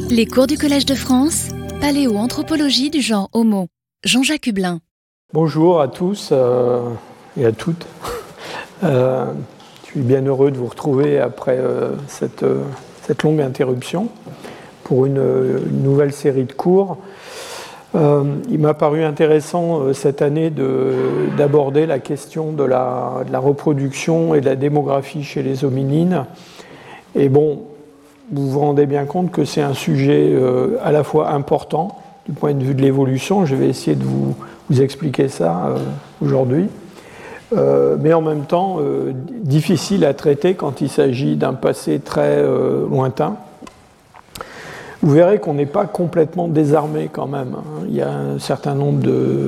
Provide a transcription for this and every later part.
Les cours du Collège de France, paléoanthropologie du genre Homo. Jean-Jacques Hublin. Bonjour à tous et à toutes. Je suis bien heureux de vous retrouver après cette longue interruption pour une nouvelle série de cours. Il m'a paru intéressant cette année d'aborder la question de la reproduction et de la démographie chez les hominines. Et bon, vous vous rendez bien compte que c'est un sujet à la fois important du point de vue de l'évolution. Je vais essayer de vous expliquer ça aujourd'hui. Mais en même temps, difficile à traiter quand il s'agit d'un passé très lointain. Vous verrez qu'on n'est pas complètement désarmé quand même. Il y a un certain nombre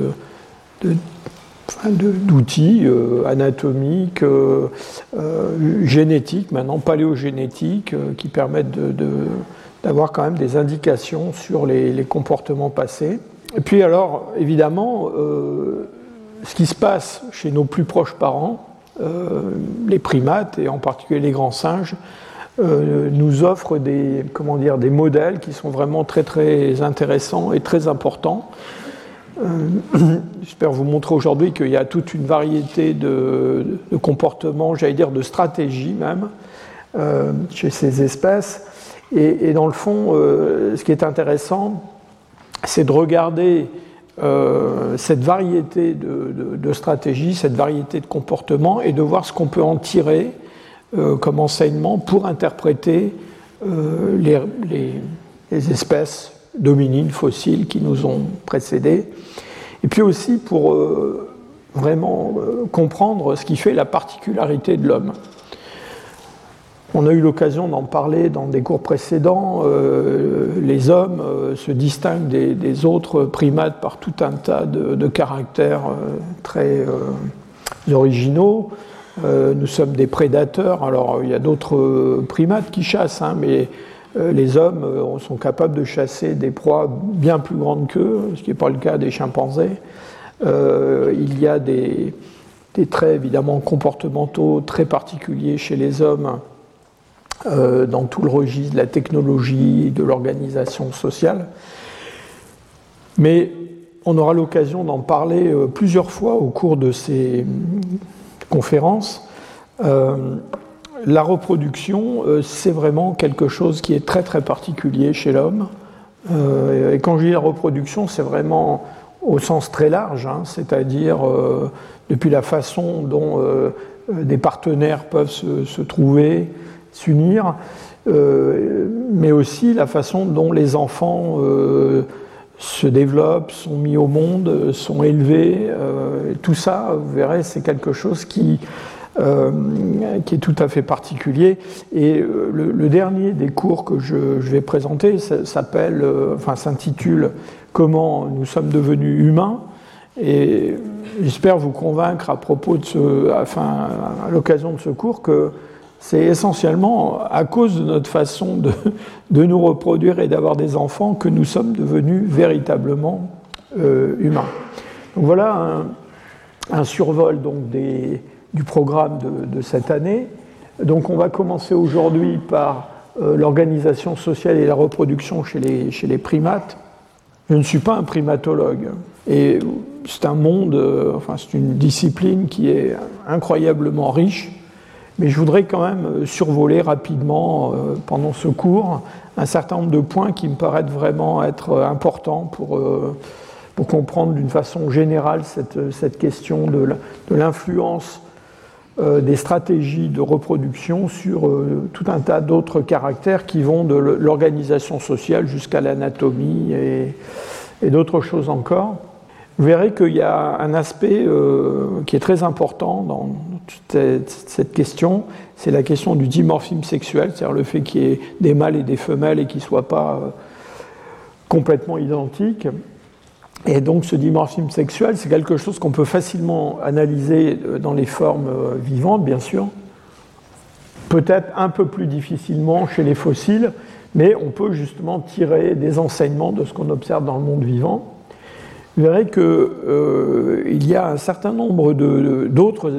d'outils anatomiques, génétiques, maintenant paléogénétiques, qui permettent d'avoir quand même des indications sur les comportements passés. Et puis alors, évidemment, ce qui se passe chez nos plus proches parents, les primates et en particulier les grands singes, nous offre des modèles qui sont vraiment très très intéressants et très importants. J'espère vous montrer aujourd'hui qu'il y a toute une variété de comportements, j'allais dire de stratégies même, chez ces espèces. Et dans le fond, ce qui est intéressant, c'est de regarder cette variété de stratégies, cette variété de comportements, et de voir ce qu'on peut en tirer comme enseignement pour interpréter les espèces d'hominines fossiles qui nous ont précédés, et puis aussi pour vraiment comprendre ce qui fait la particularité de l'homme. On a eu l'occasion d'en parler dans des cours précédents. Les hommes se distinguent des autres primates par tout un tas de caractères très originaux. Nous sommes des prédateurs. Alors, il y a d'autres primates qui chassent, mais les hommes sont capables de chasser des proies bien plus grandes qu'eux, ce qui n'est pas le cas des chimpanzés. Il y a des traits évidemment comportementaux très particuliers chez les hommes dans tout le registre de la technologie, de l'organisation sociale. Mais on aura l'occasion d'en parler plusieurs fois au cours de ces conférences. La reproduction, c'est vraiment quelque chose qui est très très particulier chez l'homme. Et quand je dis la reproduction, c'est vraiment au sens très large, c'est-à-dire depuis la façon dont des partenaires peuvent se trouver, s'unir, mais aussi la façon dont les enfants se développent, sont mis au monde, sont élevés. Tout ça, vous verrez, c'est quelque chose qui est tout à fait particulier. Et le dernier des cours que je vais présenter s'intitule « Comment nous sommes devenus humains ?» Et j'espère vous convaincre à propos à l'occasion de ce cours que c'est essentiellement à cause de notre façon de nous reproduire et d'avoir des enfants que nous sommes devenus véritablement humains. Donc voilà un survol donc, du programme de cette année. Donc on va commencer aujourd'hui par l'organisation sociale et la reproduction chez les primates. Je ne suis pas un primatologue et c'est un monde, c'est une discipline qui est incroyablement riche. Mais je voudrais quand même survoler rapidement, pendant ce cours, un certain nombre de points qui me paraissent vraiment être importants pour comprendre d'une façon générale cette question de l'influence des stratégies de reproduction sur tout un tas d'autres caractères qui vont de l'organisation sociale jusqu'à l'anatomie et d'autres choses encore. Vous verrez qu'il y a un aspect qui est très important dans cette question, c'est la question du dimorphisme sexuel, c'est-à-dire le fait qu'il y ait des mâles et des femelles et qu'ils ne soient pas complètement identiques. Et donc ce dimorphisme sexuel, c'est quelque chose qu'on peut facilement analyser dans les formes vivantes, bien sûr, peut-être un peu plus difficilement chez les fossiles, mais on peut justement tirer des enseignements de ce qu'on observe dans le monde vivant. Vous verrez qu'il y a un certain nombre d'autres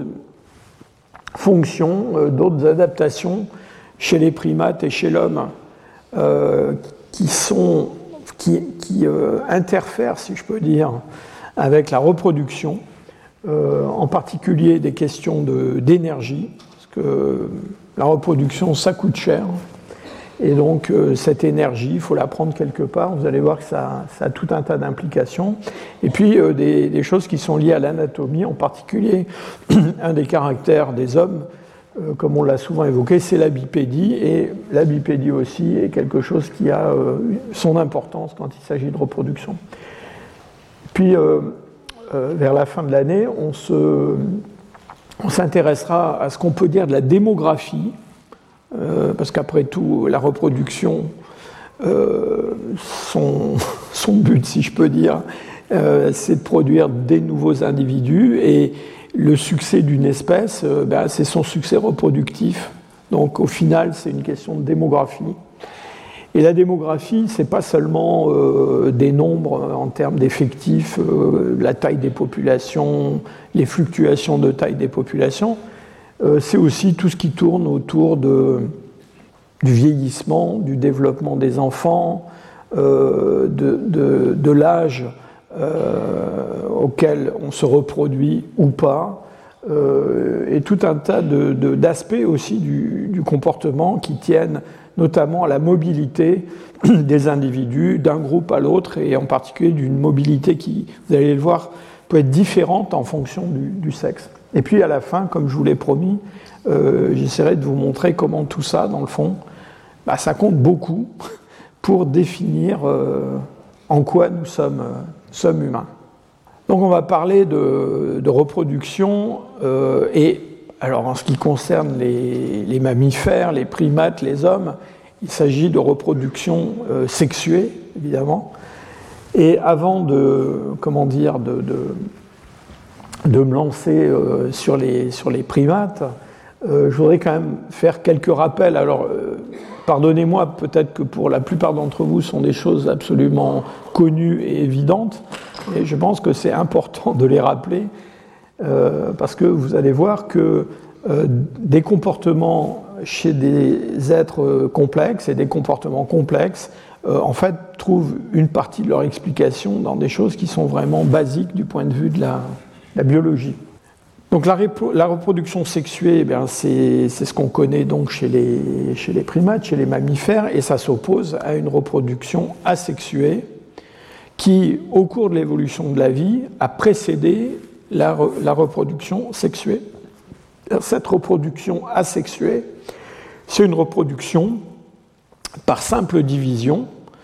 fonctions, d'autres adaptations chez les primates et chez l'homme interfèrent, si je peux dire, avec la reproduction, en particulier des questions d'énergie, parce que la reproduction, ça coûte cher. Et donc, cette énergie, il faut la prendre quelque part. Vous allez voir que ça a tout un tas d'implications. Et puis, des choses qui sont liées à l'anatomie, en particulier, un des caractères des hommes, comme on l'a souvent évoqué, c'est la bipédie. Et la bipédie aussi est quelque chose qui a son importance quand il s'agit de reproduction. Puis, vers la fin de l'année, on s'intéressera à ce qu'on peut dire de la démographie, parce qu'après tout, la reproduction, son but, si je peux dire, c'est de produire des nouveaux individus, et le succès d'une espèce, c'est son succès reproductif. Donc au final, c'est une question de démographie. Et la démographie, ce n'est pas seulement des nombres en termes d'effectifs, la taille des populations, les fluctuations de taille des populations, c'est aussi tout ce qui tourne autour du vieillissement, du développement des enfants, de l'âge auquel on se reproduit ou pas, et tout un tas d'aspects aussi du comportement qui tiennent notamment à la mobilité des individus d'un groupe à l'autre, et en particulier d'une mobilité qui, vous allez le voir, peut être différente en fonction du sexe. Et puis à la fin, comme je vous l'ai promis, j'essaierai de vous montrer comment tout ça, dans le fond, ça compte beaucoup pour définir en quoi nous sommes humains. Donc on va parler de reproduction, et alors en ce qui concerne les mammifères, les primates, les hommes, il s'agit de reproduction sexuée, évidemment. Et avant de me lancer sur les primates, je voudrais quand même faire quelques rappels. Alors, pardonnez-moi, peut-être que pour la plupart d'entre vous, ce sont des choses absolument connues et évidentes, et je pense que c'est important de les rappeler, parce que vous allez voir que des comportements chez des êtres complexes et des comportements complexes, en fait, trouvent une partie de leur explication dans des choses qui sont vraiment basiques du point de vue de la biologie. Donc la reproduction sexuée, c'est ce qu'on connaît donc chez les primates, chez les mammifères, et ça s'oppose à une reproduction asexuée qui, au cours de l'évolution de la vie, a précédé la reproduction sexuée. Cette reproduction asexuée, c'est une reproduction par simple division,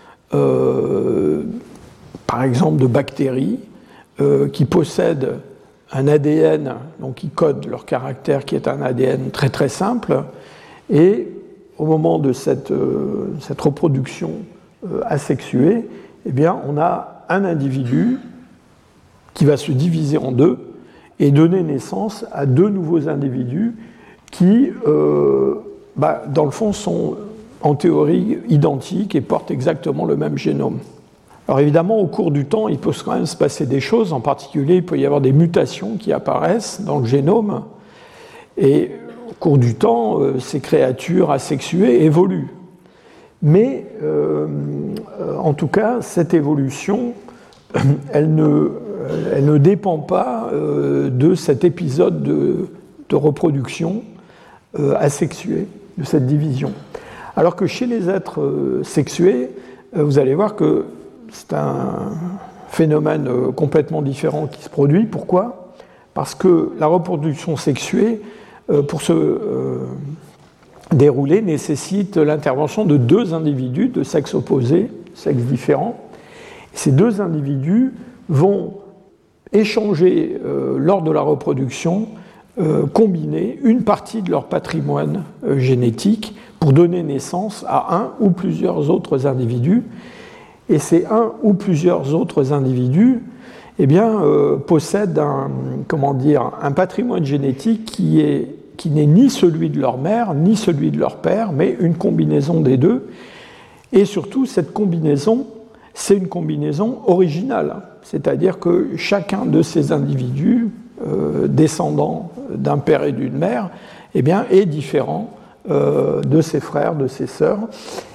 par exemple de bactéries qui possèdent un ADN, donc qui code leur caractère, qui est un ADN très très simple, et au moment de cette reproduction asexuée, eh bien, on a un individu qui va se diviser en deux et donner naissance à deux nouveaux individus qui, dans le fond, sont en théorie identiques et portent exactement le même génome. Alors évidemment, au cours du temps, il peut quand même se passer des choses, en particulier, il peut y avoir des mutations qui apparaissent dans le génome, et au cours du temps, ces créatures asexuées évoluent. Mais, en tout cas, cette évolution, elle ne dépend pas de cet épisode de reproduction asexuée, de cette division. Alors que chez les êtres sexués, vous allez voir que c'est un phénomène complètement différent qui se produit. Pourquoi ? Parce que la reproduction sexuée, pour se dérouler, nécessite l'intervention de deux individus de sexe opposé, sexe différent. Ces deux individus vont échanger lors de la reproduction, combiner une partie de leur patrimoine génétique pour donner naissance à un ou plusieurs autres individus. Et ces un ou plusieurs autres individus possèdent un patrimoine génétique qui n'est ni celui de leur mère, ni celui de leur père, mais une combinaison des deux. Et surtout, cette combinaison, c'est une combinaison originale. C'est-à-dire que chacun de ces individus, descendants d'un père et d'une mère, est différent de ses frères, de ses sœurs.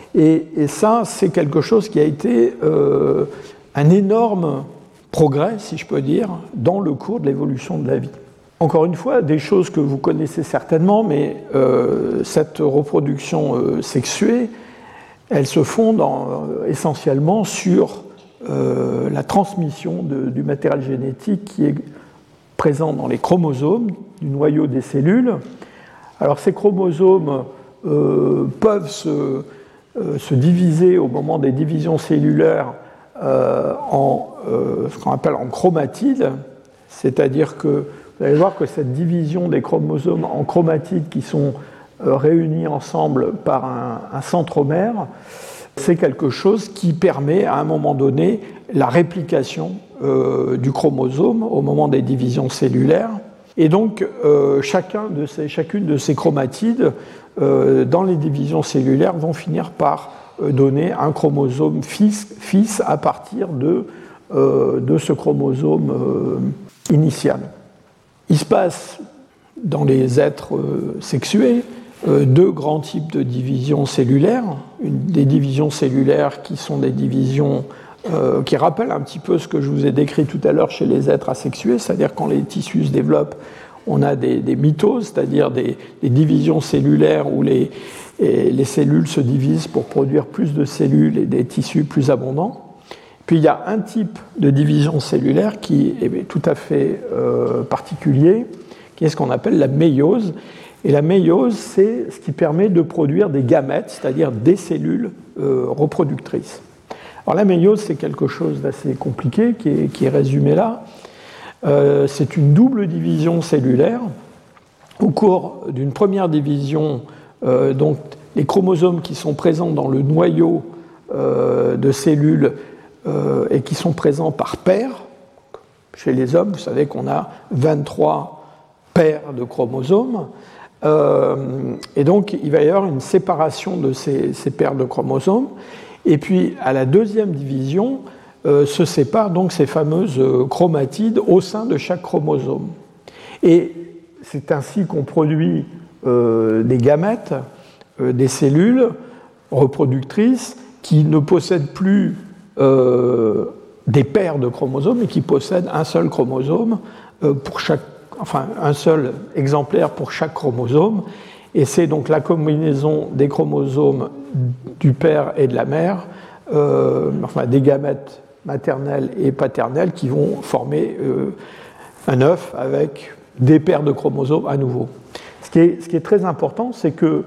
Et ça, c'est quelque chose qui a été un énorme progrès, si je peux dire, dans le cours de l'évolution de la vie. Encore une fois, des choses que vous connaissez certainement, mais cette reproduction sexuée, elle se fonde essentiellement sur la transmission du matériel génétique qui est présent dans les chromosomes du noyau des cellules. Alors ces chromosomes peuvent se diviser au moment des divisions cellulaires en ce qu'on appelle en chromatides, c'est-à-dire que vous allez voir que cette division des chromosomes en chromatides qui sont réunis ensemble par un centromère, c'est quelque chose qui permet à un moment donné la réplication du chromosome au moment des divisions cellulaires. Et donc chacune de ces chromatides dans les divisions cellulaires vont finir par donner un chromosome fils à partir de ce chromosome initial. Il se passe dans les êtres sexués deux grands types de divisions cellulaires. Des divisions cellulaires qui sont des divisions qui rappellent un petit peu ce que je vous ai décrit tout à l'heure chez les êtres asexués, c'est-à-dire quand les tissus se développent, on a des mitoses, c'est-à-dire des divisions cellulaires où les cellules se divisent pour produire plus de cellules et des tissus plus abondants. Puis il y a un type de division cellulaire qui est tout à fait particulier, qui est ce qu'on appelle la méiose. Et la méiose, c'est ce qui permet de produire des gamètes, c'est-à-dire des cellules reproductrices. Alors la méiose, c'est quelque chose d'assez compliqué qui est résumé là. C'est une double division cellulaire. Au cours d'une première division, donc les chromosomes qui sont présents dans le noyau de cellules et qui sont présents par paires. Chez les hommes, vous savez qu'on a 23 paires de chromosomes. Et donc, il va y avoir une séparation de ces paires de chromosomes. Et puis, à la deuxième division, se séparent donc ces fameuses chromatides au sein de chaque chromosome. Et c'est ainsi qu'on produit des gamètes, des cellules reproductrices qui ne possèdent plus des paires de chromosomes, mais qui possèdent un seul chromosome un seul exemplaire pour chaque chromosome. Et c'est donc la combinaison des chromosomes du père et de la mère, des gamètes maternelles et paternelles qui vont former un œuf avec des paires de chromosomes à nouveau. Ce qui est très important, c'est que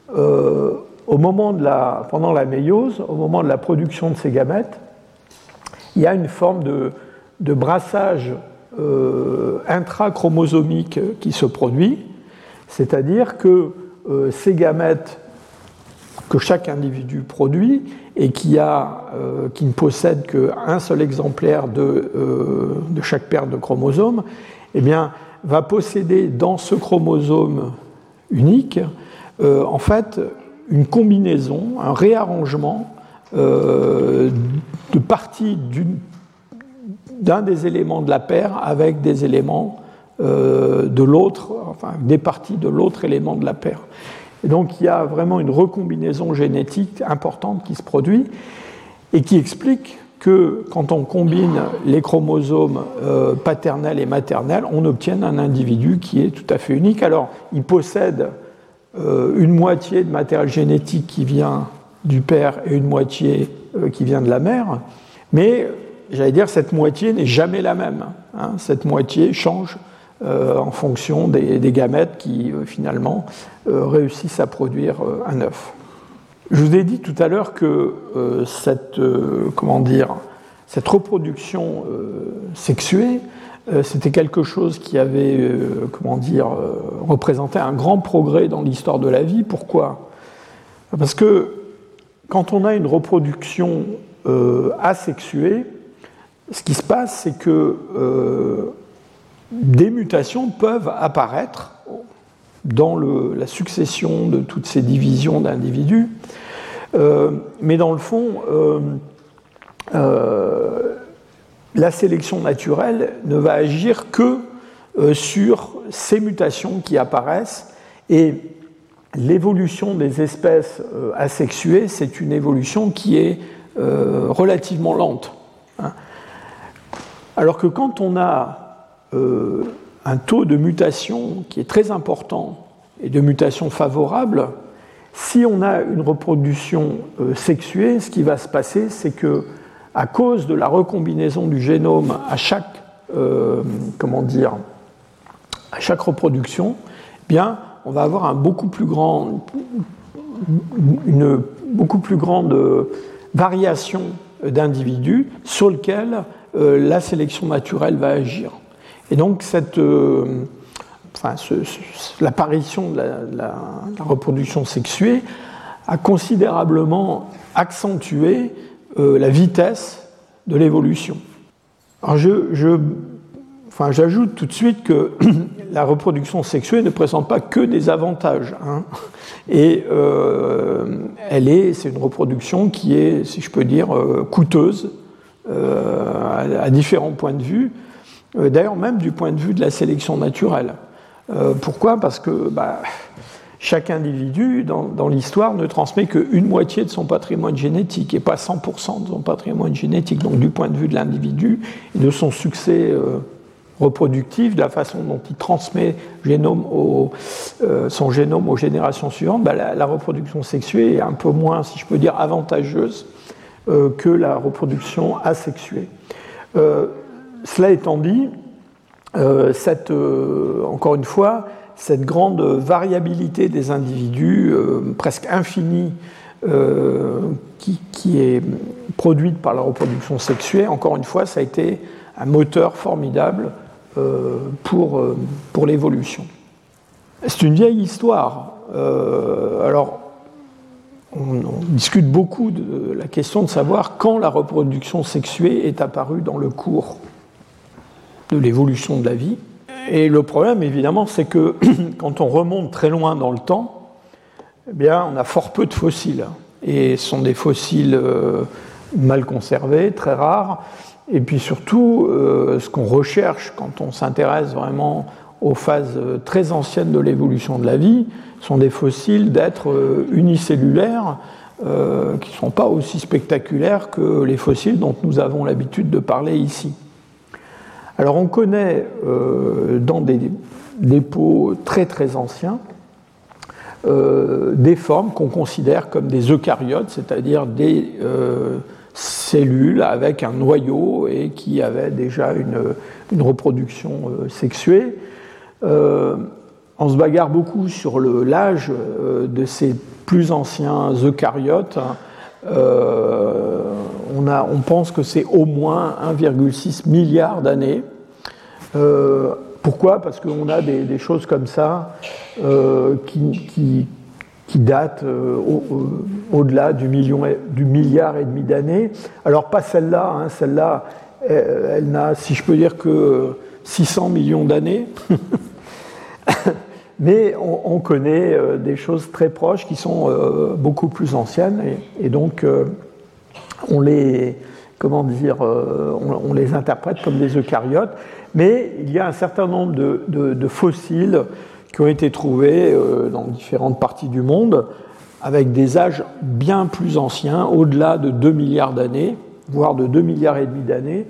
pendant la méiose, au moment de la production de ces gamètes, il y a une forme de brassage intrachromosomique qui se produit, c'est-à-dire que ces gamètes que chaque individu produit et qui ne possède qu'un seul exemplaire de chaque paire de chromosomes, eh bien, va posséder dans ce chromosome unique, en fait, une combinaison, un réarrangement de parties d'un des éléments de la paire avec des éléments de l'autre, des parties de l'autre élément de la paire. Et donc il y a vraiment une recombinaison génétique importante qui se produit et qui explique que quand on combine les chromosomes paternels et maternels, on obtient un individu qui est tout à fait unique. Alors il possède une moitié de matériel génétique qui vient du père et une moitié qui vient de la mère, mais j'allais dire, cette moitié n'est jamais la même. Cette moitié change en fonction des gamètes qui, finalement, réussissent à produire un œuf. Je vous ai dit tout à l'heure que cette reproduction sexuée, c'était quelque chose qui avait, représenté un grand progrès dans l'histoire de la vie. Pourquoi ? Parce que quand on a une reproduction asexuée, ce qui se passe, c'est que des mutations peuvent apparaître dans la succession de toutes ces divisions d'individus, mais dans le fond, la sélection naturelle ne va agir que sur ces mutations qui apparaissent, et l'évolution des espèces asexuées, c'est une évolution qui est relativement lente. Hein. Alors que quand on a un taux de mutation qui est très important et de mutation favorable, si on a une reproduction sexuée, ce qui va se passer, c'est que, à cause de la recombinaison du génome à chaque, à chaque reproduction, eh bien, on va avoir une beaucoup plus grande variation d'individus sur lequel la sélection naturelle va agir. Et donc, l'apparition de la reproduction sexuée a considérablement accentué la vitesse de l'évolution. Alors j'ajoute tout de suite que la reproduction sexuée ne présente pas que des avantages. Hein, et c'est une reproduction qui est, si je peux dire, coûteuse à différents points de vue, d'ailleurs même du point de vue de la sélection naturelle. Pourquoi ? Parce que chaque individu dans l'histoire ne transmet qu'une moitié de son patrimoine génétique et pas 100% de son patrimoine génétique. Donc du point de vue de l'individu et de son succès reproductif, de la façon dont il transmet son génome aux générations suivantes, la reproduction sexuée est un peu moins, si je peux dire, avantageuse que la reproduction asexuée. Cela étant dit, encore une fois, cette grande variabilité des individus, presque infinie, qui est produite par la reproduction sexuée, encore une fois, ça a été un moteur formidable pour l'évolution. C'est une vieille histoire. Alors, on discute beaucoup de la question de savoir quand la reproduction sexuée est apparue dans le cours de l'évolution de la vie. Et le problème, évidemment, c'est que quand on remonte très loin dans le temps, eh bien, on a fort peu de fossiles. Et ce sont des fossiles mal conservés, très rares. Et puis surtout, ce qu'on recherche quand on s'intéresse vraiment aux phases très anciennes de l'évolution de la vie, sont des fossiles d'êtres unicellulaires qui ne sont pas aussi spectaculaires que les fossiles dont nous avons l'habitude de parler ici. Alors on connaît dans des dépôts très très anciens des formes qu'on considère comme des eucaryotes, c'est-à-dire des cellules avec un noyau et qui avaient déjà une reproduction sexuée. On se bagarre beaucoup sur l'âge de ces plus anciens eucaryotes. On pense que c'est au moins 1,6 milliard d'années. Pourquoi ? Parce qu'on a des choses comme ça qui datent au-delà du milliard et demi d'années. Alors pas celle-là, hein, celle-là, elle n'a, si je peux dire, que 600 millions d'années. Mais on connaît des choses très proches qui sont beaucoup plus anciennes et donc on les interprète comme des eucaryotes. Mais il y a un certain nombre de fossiles qui ont été trouvés dans différentes parties du monde avec des âges bien plus anciens, au-delà de 2 milliards d'années, voire de 2 milliards et demi d'années,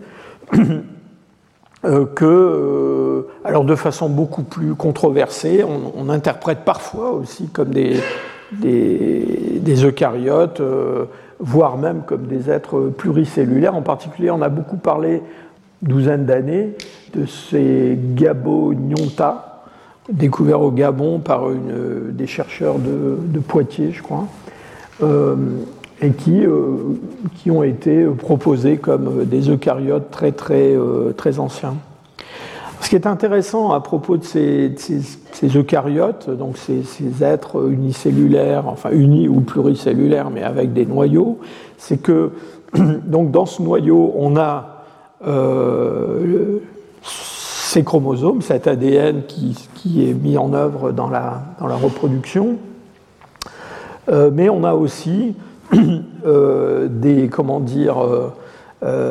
alors de façon beaucoup plus controversée, on interprète parfois aussi comme des eucaryotes, voire même comme des êtres pluricellulaires. En particulier, on a beaucoup parlé, douzaine d'années, de ces Gabonionta, découverts au Gabon par des chercheurs de Poitiers, je crois, et qui ont été proposés comme des eucaryotes très, très, très anciens. Ce qui est intéressant à propos de ces eucaryotes, donc ces êtres unicellulaires, enfin unis ou pluricellulaires, mais avec des noyaux, c'est que donc dans ce noyau, on a ces chromosomes, cet ADN qui est mis en œuvre dans la reproduction, mais on a aussi des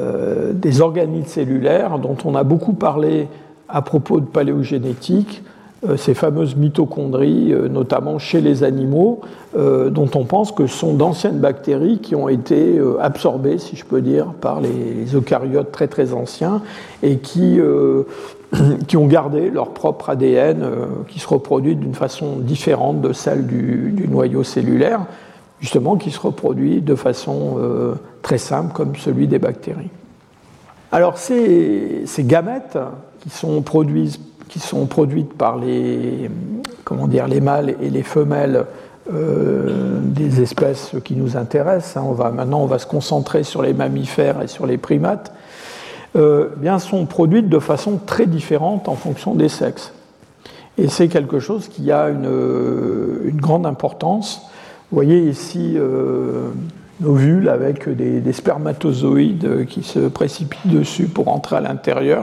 organites cellulaires dont on a beaucoup parlé à propos de paléogénétique, ces fameuses mitochondries, notamment chez les animaux, dont on pense que ce sont d'anciennes bactéries qui ont été absorbées, si je peux dire, par les eucaryotes très très anciens et qui ont gardé leur propre ADN, qui se reproduit d'une façon différente de celle du noyau cellulaire, justement qui se reproduit de façon très simple comme celui des bactéries. Alors ces gamètes qui sont produites par les mâles et les femelles des espèces qui nous intéressent, maintenant on va se concentrer sur les mammifères et sur les primates, bien sont produites de façon très différente en fonction des sexes. Et c'est quelque chose qui a une grande importance. Vous voyez ici un ovule avec des spermatozoïdes qui se précipitent dessus pour entrer à l'intérieur.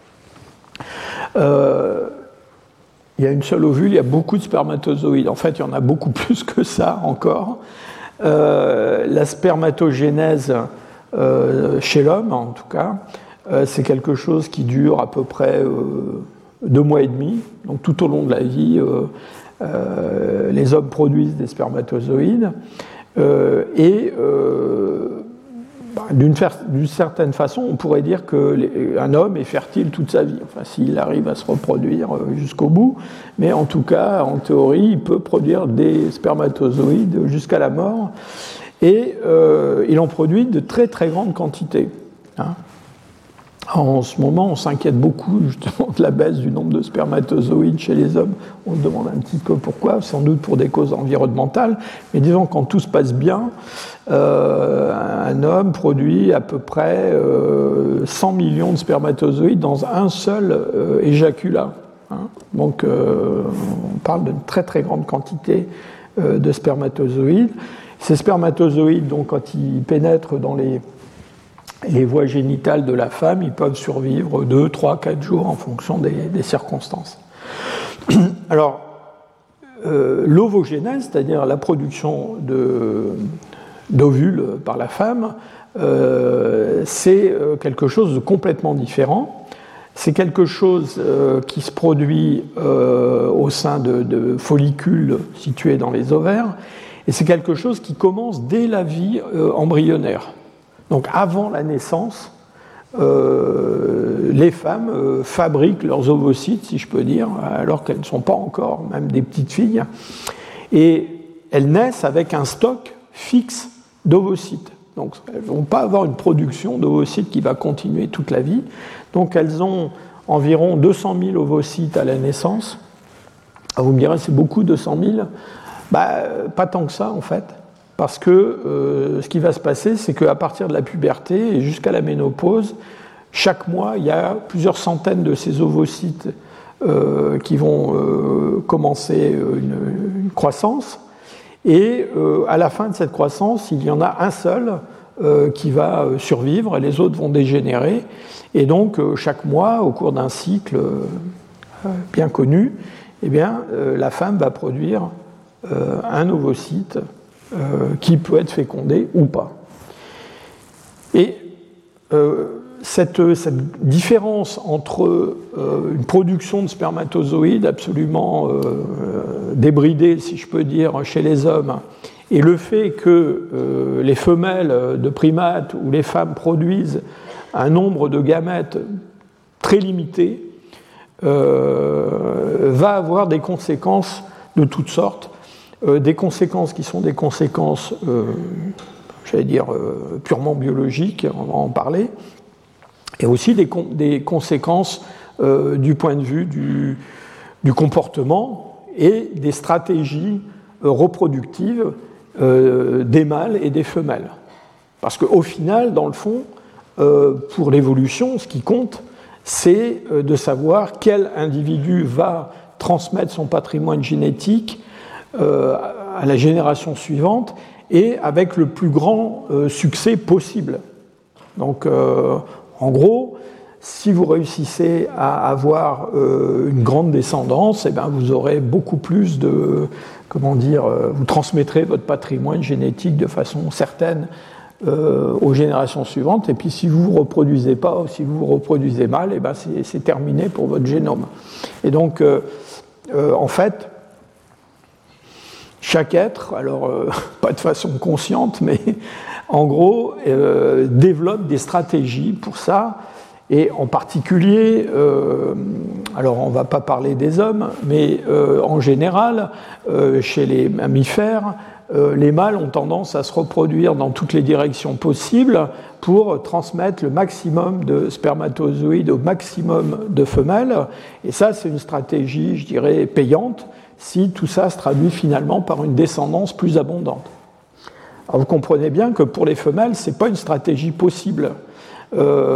Il y a une seule ovule, il y a beaucoup de spermatozoïdes. En fait, il y en a beaucoup plus que ça encore. La spermatogénèse chez l'homme, en tout cas, c'est quelque chose qui dure à peu près 2 mois et demi. Donc tout au long de la vie, les hommes produisent des spermatozoïdes. D'une certaine façon, on pourrait dire qu'un homme est fertile toute sa vie, enfin, s'il arrive à se reproduire jusqu'au bout, mais en tout cas, en théorie, il peut produire des spermatozoïdes jusqu'à la mort, et il en produit de très très grandes quantités. En ce moment, on s'inquiète beaucoup justement de la baisse du nombre de spermatozoïdes chez les hommes. On se demande un petit peu pourquoi, sans doute pour des causes environnementales. Mais disons, quand tout se passe bien, un homme produit à peu près 100 millions de spermatozoïdes dans un seul éjaculat. Donc, on parle d'une très très grande quantité de spermatozoïdes. Ces spermatozoïdes, donc, quand ils pénètrent dans les voies génitales de la femme, ils peuvent survivre 2, 3, 4 jours en fonction des circonstances. Alors, l'ovogénèse, c'est-à-dire la production d'ovules par la femme, c'est quelque chose de complètement différent. C'est quelque chose qui se produit au sein de follicules situés dans les ovaires, et c'est quelque chose qui commence dès la vie embryonnaire. Donc avant la naissance, les femmes fabriquent leurs ovocytes, si je peux dire, alors qu'elles ne sont pas encore même des petites filles, et elles naissent avec un stock fixe d'ovocytes. Donc elles ne vont pas avoir une production d'ovocytes qui va continuer toute la vie. Donc elles ont environ 200 000 ovocytes à la naissance. Vous me direz, c'est beaucoup 200 000 ? Pas tant que ça en fait. Parce que ce qui va se passer, c'est qu'à partir de la puberté et jusqu'à la ménopause, chaque mois, il y a plusieurs centaines de ces ovocytes qui vont commencer une croissance. Et à la fin de cette croissance, il y en a un seul qui va survivre et les autres vont dégénérer. Et donc, chaque mois, au cours d'un cycle bien connu, la femme va produire un ovocyte qui peut être fécondé ou pas. Et cette différence entre une production de spermatozoïdes absolument débridée, si je peux dire, chez les hommes, et le fait que les femelles de primates ou les femmes produisent un nombre de gamètes très limité, va avoir des conséquences de toutes sortes. Des conséquences qui sont des conséquences, purement biologiques, on va en parler, et aussi des conséquences du point de vue du comportement et des stratégies reproductives des mâles et des femelles. Parce qu'au final, dans le fond, pour l'évolution, ce qui compte, c'est de savoir quel individu va transmettre son patrimoine génétique à la génération suivante et avec le plus grand succès possible. Donc, en gros, si vous réussissez à avoir une grande descendance, vous aurez beaucoup plus de, vous transmettrez votre patrimoine génétique de façon certaine aux générations suivantes. Et puis, si vous ne vous reproduisez pas ou si vous vous reproduisez mal, c'est terminé pour votre génome. Et donc, en fait, chaque être, alors pas de façon consciente, mais en gros, développe des stratégies pour ça. Et en particulier, alors on ne va pas parler des hommes, mais en général, chez les mammifères, les mâles ont tendance à se reproduire dans toutes les directions possibles pour transmettre le maximum de spermatozoïdes au maximum de femelles. Et ça, c'est une stratégie, je dirais, payante, si tout ça se traduit finalement par une descendance plus abondante. Alors vous comprenez bien que pour les femelles, ce n'est pas une stratégie possible. Pourquoi ?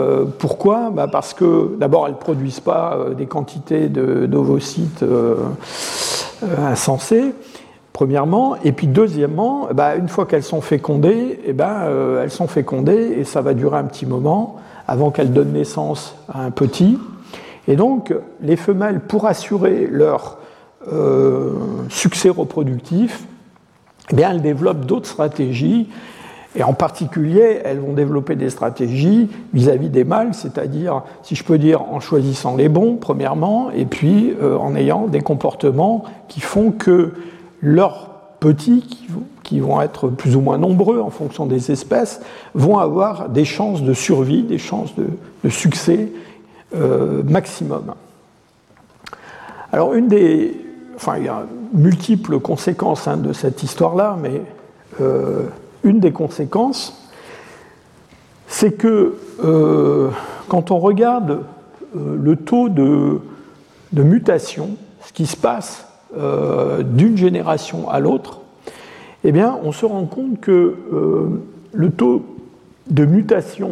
Parce que d'abord elles ne produisent pas des quantités d'ovocytes insensées, premièrement, et puis deuxièmement, une fois qu'elles sont fécondées, elles sont fécondées et ça va durer un petit moment avant qu'elles donnent naissance à un petit. Et donc les femelles, pour assurer leur succès reproductif, elles développent d'autres stratégies. Et en particulier, elles vont développer des stratégies vis-à-vis des mâles, c'est-à-dire, si je peux dire, en choisissant les bons, premièrement, et puis en ayant des comportements qui font que leurs petits, qui vont être plus ou moins nombreux en fonction des espèces, vont avoir des chances de survie, des chances de succès maximum. Alors, il y a multiples conséquences de cette histoire-là, mais une des conséquences, c'est que quand on regarde le taux de mutation, ce qui se passe d'une génération à l'autre, on se rend compte que le taux de mutation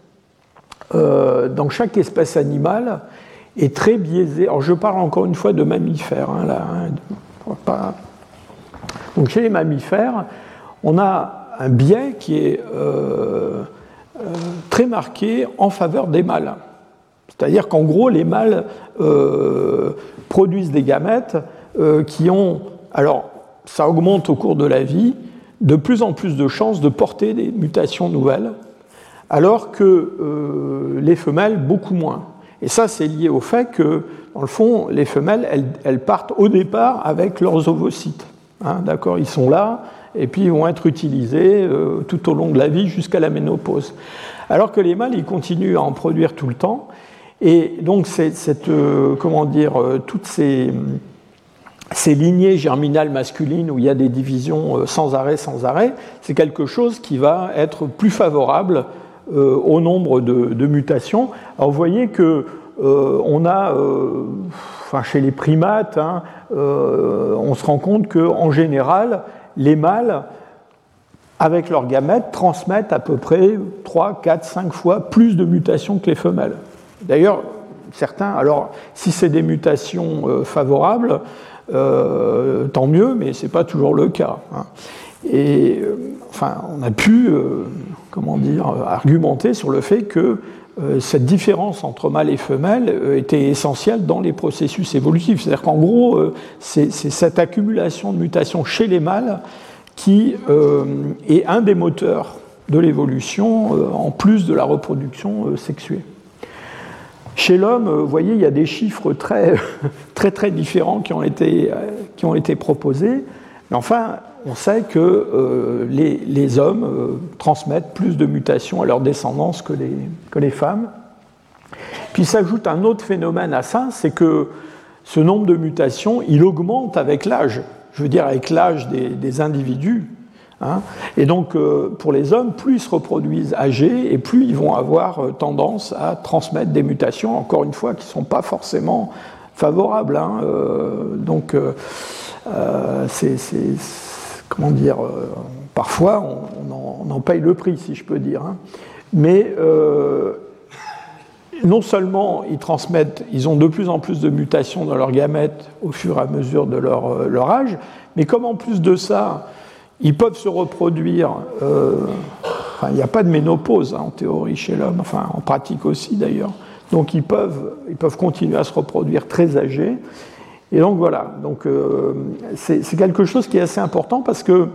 dans chaque espèce animale est très biaisé. Alors je parle encore une fois de mammifères. Donc chez les mammifères, on a un biais qui est très marqué en faveur des mâles. C'est-à-dire qu'en gros, les mâles produisent des gamètes qui ont, alors ça augmente au cours de la vie, de plus en plus de chances de porter des mutations nouvelles, alors que les femelles, beaucoup moins. Et ça, c'est lié au fait que, dans le fond, les femelles, elles partent au départ avec leurs ovocytes. D'accord, ils sont là, et puis ils vont être utilisés tout au long de la vie jusqu'à la ménopause. Alors que les mâles, ils continuent à en produire tout le temps. Et donc, toutes ces lignées germinales masculines où il y a des divisions sans arrêt, c'est quelque chose qui va être plus favorable au nombre de mutations. Alors, vous voyez que on a, chez les primates, on se rend compte qu'en général, les mâles, avec leurs gamètes, transmettent à peu près 3, 4, 5 fois plus de mutations que les femelles. D'ailleurs, certains, alors si c'est des mutations favorables, tant mieux, mais ce n'est pas toujours le cas. Et on a pu argumenter sur le fait que cette différence entre mâles et femelles était essentielle dans les processus évolutifs. C'est-à-dire qu'en gros, c'est cette accumulation de mutations chez les mâles qui est un des moteurs de l'évolution, en plus de la reproduction sexuée. Chez l'homme, vous voyez, il y a des chiffres très, très, très différents qui ont été proposés. Mais enfin, on sait que les hommes transmettent plus de mutations à leur descendance que les femmes. Puis s'ajoute un autre phénomène à ça, c'est que ce nombre de mutations, il augmente avec l'âge. Je veux dire, avec l'âge des individus. Et donc, pour les hommes, plus ils se reproduisent âgés et plus ils vont avoir tendance à transmettre des mutations, encore une fois, qui ne sont pas forcément favorables. Parfois, on en paye le prix, si je peux dire. Mais non seulement ils ont de plus en plus de mutations dans leurs gamètes au fur et à mesure de leur âge, mais comme en plus de ça, ils peuvent se reproduire. Il n'y a pas de ménopause en théorie chez l'homme, en pratique aussi d'ailleurs. Donc ils peuvent continuer à se reproduire très âgés. Et donc voilà. Donc c'est quelque chose qui est assez important parce que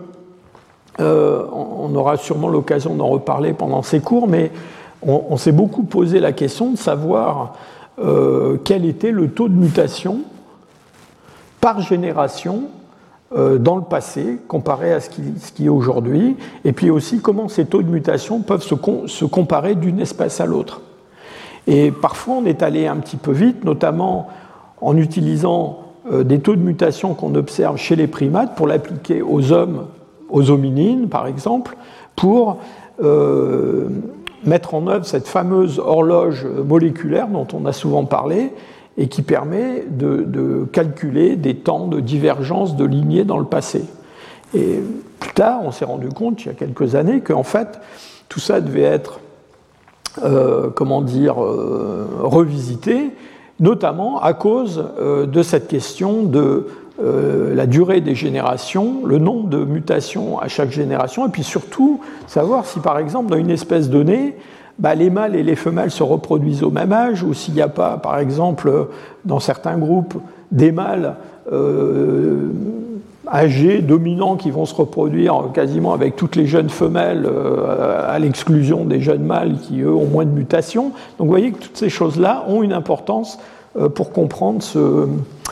on aura sûrement l'occasion d'en reparler pendant ces cours, mais on s'est beaucoup posé la question de savoir quel était le taux de mutation par génération dans le passé, comparé à ce qui est aujourd'hui, et puis aussi comment ces taux de mutation peuvent se comparer d'une espèce à l'autre. Et parfois, on est allé un petit peu vite, notamment en utilisant des taux de mutation qu'on observe chez les primates pour l'appliquer aux hommes, aux hominines, par exemple, pour mettre en œuvre cette fameuse horloge moléculaire dont on a souvent parlé et qui permet de calculer des temps de divergence de lignées dans le passé. Et plus tard, on s'est rendu compte, il y a quelques années, qu'en fait, tout ça devait être revisité, notamment à cause de cette question de la durée des générations, le nombre de mutations à chaque génération, et puis surtout savoir si, par exemple, dans une espèce donnée, les mâles et les femelles se reproduisent au même âge, ou s'il n'y a pas, par exemple, dans certains groupes, des mâles âgés, dominants, qui vont se reproduire quasiment avec toutes les jeunes femelles, à l'exclusion des jeunes mâles qui, eux, ont moins de mutations. Donc vous voyez que toutes ces choses-là ont une importance pour comprendre ce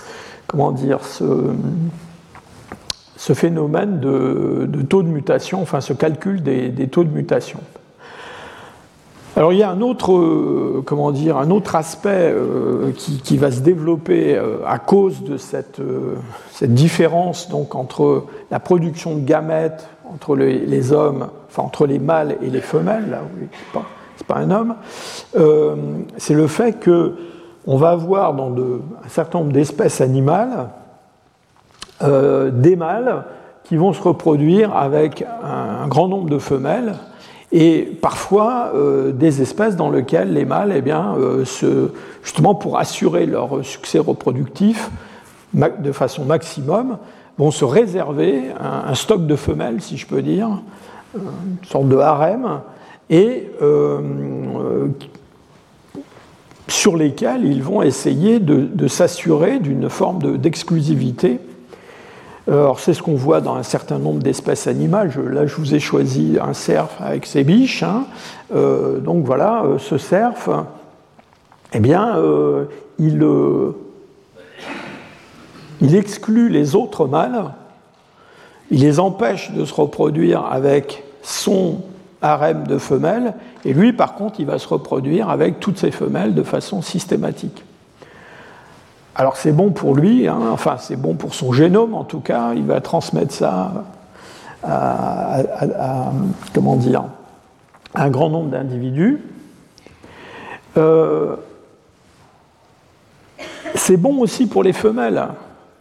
phénomène de taux de mutation, enfin ce calcul des taux de mutation. Alors il y a un autre aspect qui va se développer à cause de cette différence donc, entre la production de gamètes entre les hommes, enfin entre les mâles et les femelles, là oui, c'est pas un homme, c'est le fait qu'on va avoir dans un certain nombre d'espèces animales des mâles qui vont se reproduire avec un grand nombre de femelles, et parfois des espèces dans lesquelles les mâles, justement pour assurer leur succès reproductif de façon maximum, vont se réserver un stock de femelles, si je peux dire, une sorte de harem, et sur lesquels ils vont essayer de s'assurer d'une forme d'exclusivité. Alors, c'est ce qu'on voit dans un certain nombre d'espèces animales. Là, je vous ai choisi un cerf avec ses biches. Donc voilà, ce cerf, il exclut les autres mâles, il les empêche de se reproduire avec son harem de femelles, et lui, par contre, il va se reproduire avec toutes ces femelles de façon systématique. Alors c'est bon pour lui, c'est bon pour son génome en tout cas, il va transmettre ça à un grand nombre d'individus. C'est bon aussi pour les femelles. Pourquoi ?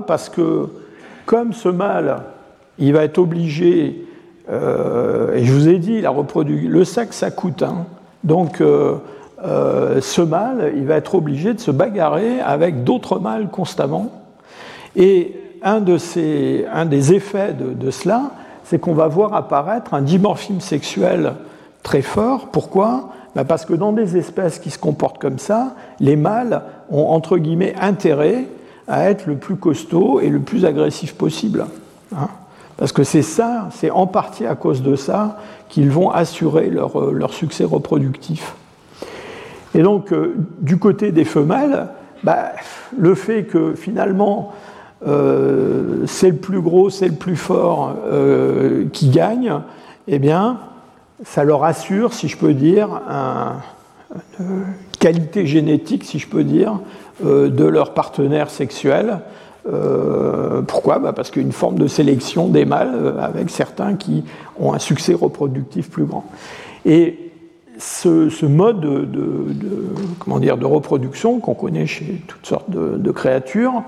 Parce que comme ce mâle, il va être obligé, et je vous ai dit, le sexe ça coûte, donc ce mâle, il va être obligé de se bagarrer avec d'autres mâles constamment. Et un des effets de cela, c'est qu'on va voir apparaître un dimorphisme sexuel très fort. Pourquoi ? Parce que dans des espèces qui se comportent comme ça, les mâles ont, entre guillemets, intérêt à être le plus costaud et le plus agressif possible. Parce que c'est en partie à cause de ça qu'ils vont assurer leur succès reproductif. Et donc, du côté des femelles, le fait que finalement, c'est le plus gros, c'est le plus fort qui gagne, ça leur assure, si je peux dire, une qualité génétique, si je peux dire, de leur partenaire sexuel. Pourquoi ? Parce qu'il y a une forme de sélection des mâles avec certains qui ont un succès reproductif plus grand. Et ce mode de reproduction qu'on connaît chez toutes sortes de créatures,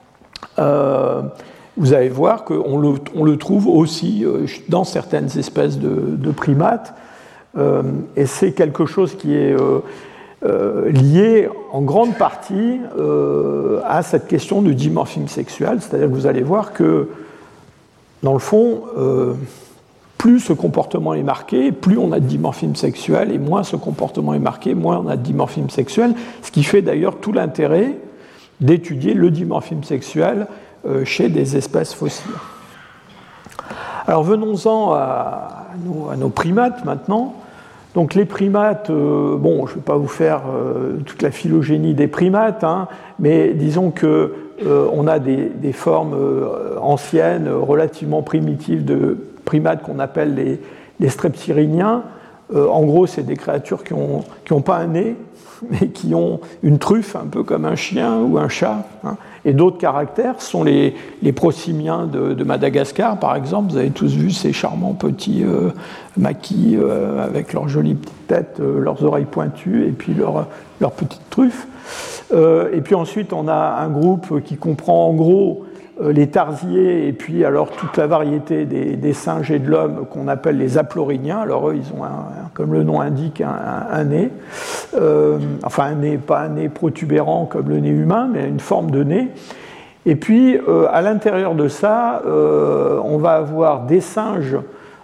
vous allez voir qu'on le trouve aussi dans certaines espèces de primates, et c'est quelque chose qui est lié en grande partie à cette question du dimorphisme sexuel, c'est-à-dire que vous allez voir que, dans le fond, plus ce comportement est marqué, plus on a de dimorphisme sexuel, et moins ce comportement est marqué, moins on a de dimorphisme sexuel, ce qui fait d'ailleurs tout l'intérêt d'étudier le dimorphisme sexuel chez des espèces fossiles. Alors venons-en à nos primates maintenant. Donc les primates, je ne vais pas vous faire toute la phylogénie des primates, mais disons que on a des formes anciennes, relativement primitives de primates qu'on appelle les strepsirrhiniens. En gros, c'est des créatures qui n'ont pas un nez, mais qui ont une truffe, un peu comme un chien ou un chat. Hein. Et d'autres caractères sont les prosimiens de Madagascar, par exemple. Vous avez tous vu ces charmants petits maquis avec leurs jolies petites têtes, leurs oreilles pointues et puis leurs petites truffes. Et puis ensuite, on a un groupe qui comprend en gros les tarsiers et puis alors toute la variété des singes et de l'homme qu'on appelle les aplorhiniens. Alors eux, ils ont, comme le nom indique, un nez. Enfin, un nez, pas un nez protubérant comme le nez humain, mais une forme de nez. Et puis, à l'intérieur de ça, on va avoir des singes,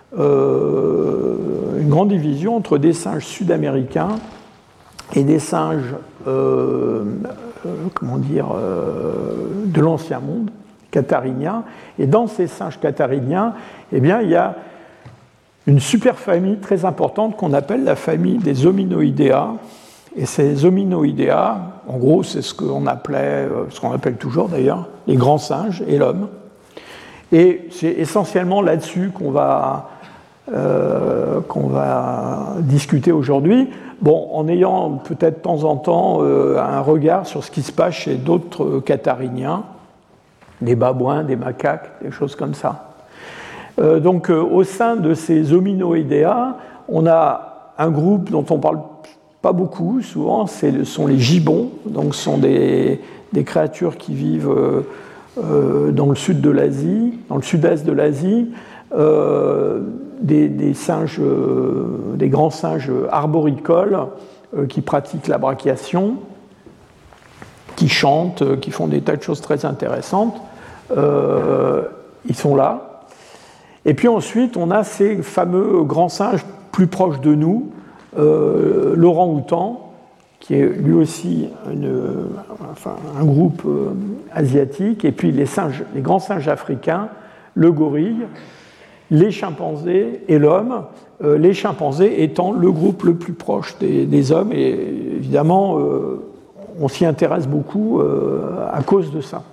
une grande division entre des singes sud-américains et des singes, de l'ancien monde, cathariniens. Et dans ces singes cathariniens, eh bien, il y a une superfamille très importante qu'on appelle la famille des Hominoidea. Et ces Hominoidea, en gros, c'est ce qu'on appelle toujours d'ailleurs, les grands singes et l'homme. Et c'est essentiellement là-dessus qu'on va discuter aujourd'hui. Bon, en ayant peut-être de temps en temps un regard sur ce qui se passe chez d'autres cathariniens, des babouins, des macaques, des choses comme ça. Donc, au sein de ces Hominoidea, on a un groupe dont on ne parle pas beaucoup, souvent, ce sont les gibbons. Donc, ce sont des créatures qui vivent dans le sud de l'Asie, dans le sud-est de l'Asie, des singes, des grands singes arboricoles qui pratiquent la brachiation, qui chantent, qui font des tas de choses très intéressantes. Ils sont là. Et puis ensuite, on a ces fameux grands singes plus proches de nous, l'orang-outan, qui est lui aussi un groupe asiatique, et puis les grands singes africains, le gorille, les chimpanzés et l'homme, les chimpanzés étant le groupe le plus proche des hommes, et évidemment, on s'y intéresse beaucoup à cause de ça.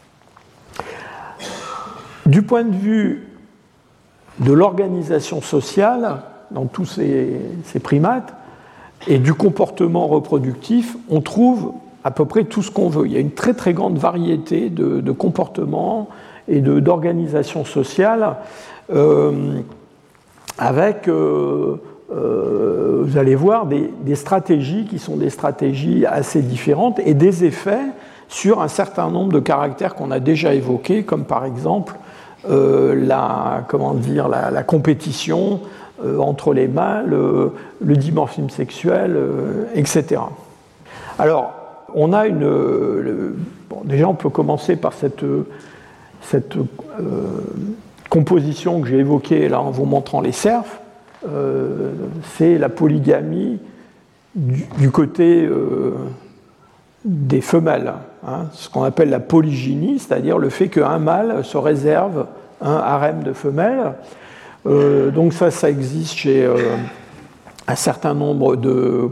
Du point de vue de l'organisation sociale dans tous ces primates et du comportement reproductif, on trouve à peu près tout ce qu'on veut. Il y a une très très grande variété de comportements et d'organisation sociale avec, vous allez voir, des stratégies qui sont des stratégies assez différentes et des effets sur un certain nombre de caractères qu'on a déjà évoqués, comme par exemple la compétition entre les mâles, le dimorphisme sexuel, etc. Alors, on a déjà, on peut commencer par cette composition que j'ai évoquée là en vous montrant les cerfs. C'est la polygamie du côté des femelles, hein, ce qu'on appelle la polygynie, c'est-à-dire le fait qu'un mâle se réserve un harem de femelles. Donc ça existe chez un certain nombre de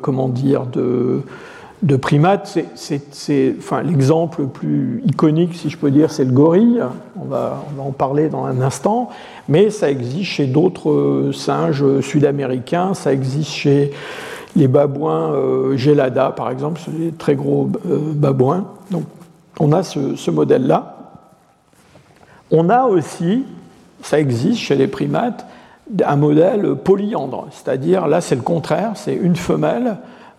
primates. L'exemple le plus iconique, si je peux dire, c'est le gorille. On va en parler dans un instant. Mais ça existe chez d'autres singes sud-américains. Ça existe chez les babouins Gelada, par exemple, c'est des très gros babouins. Donc, on a ce modèle-là. On a aussi, ça existe chez les primates, un modèle polyandre, c'est-à-dire, là, c'est le contraire, c'est une femelle,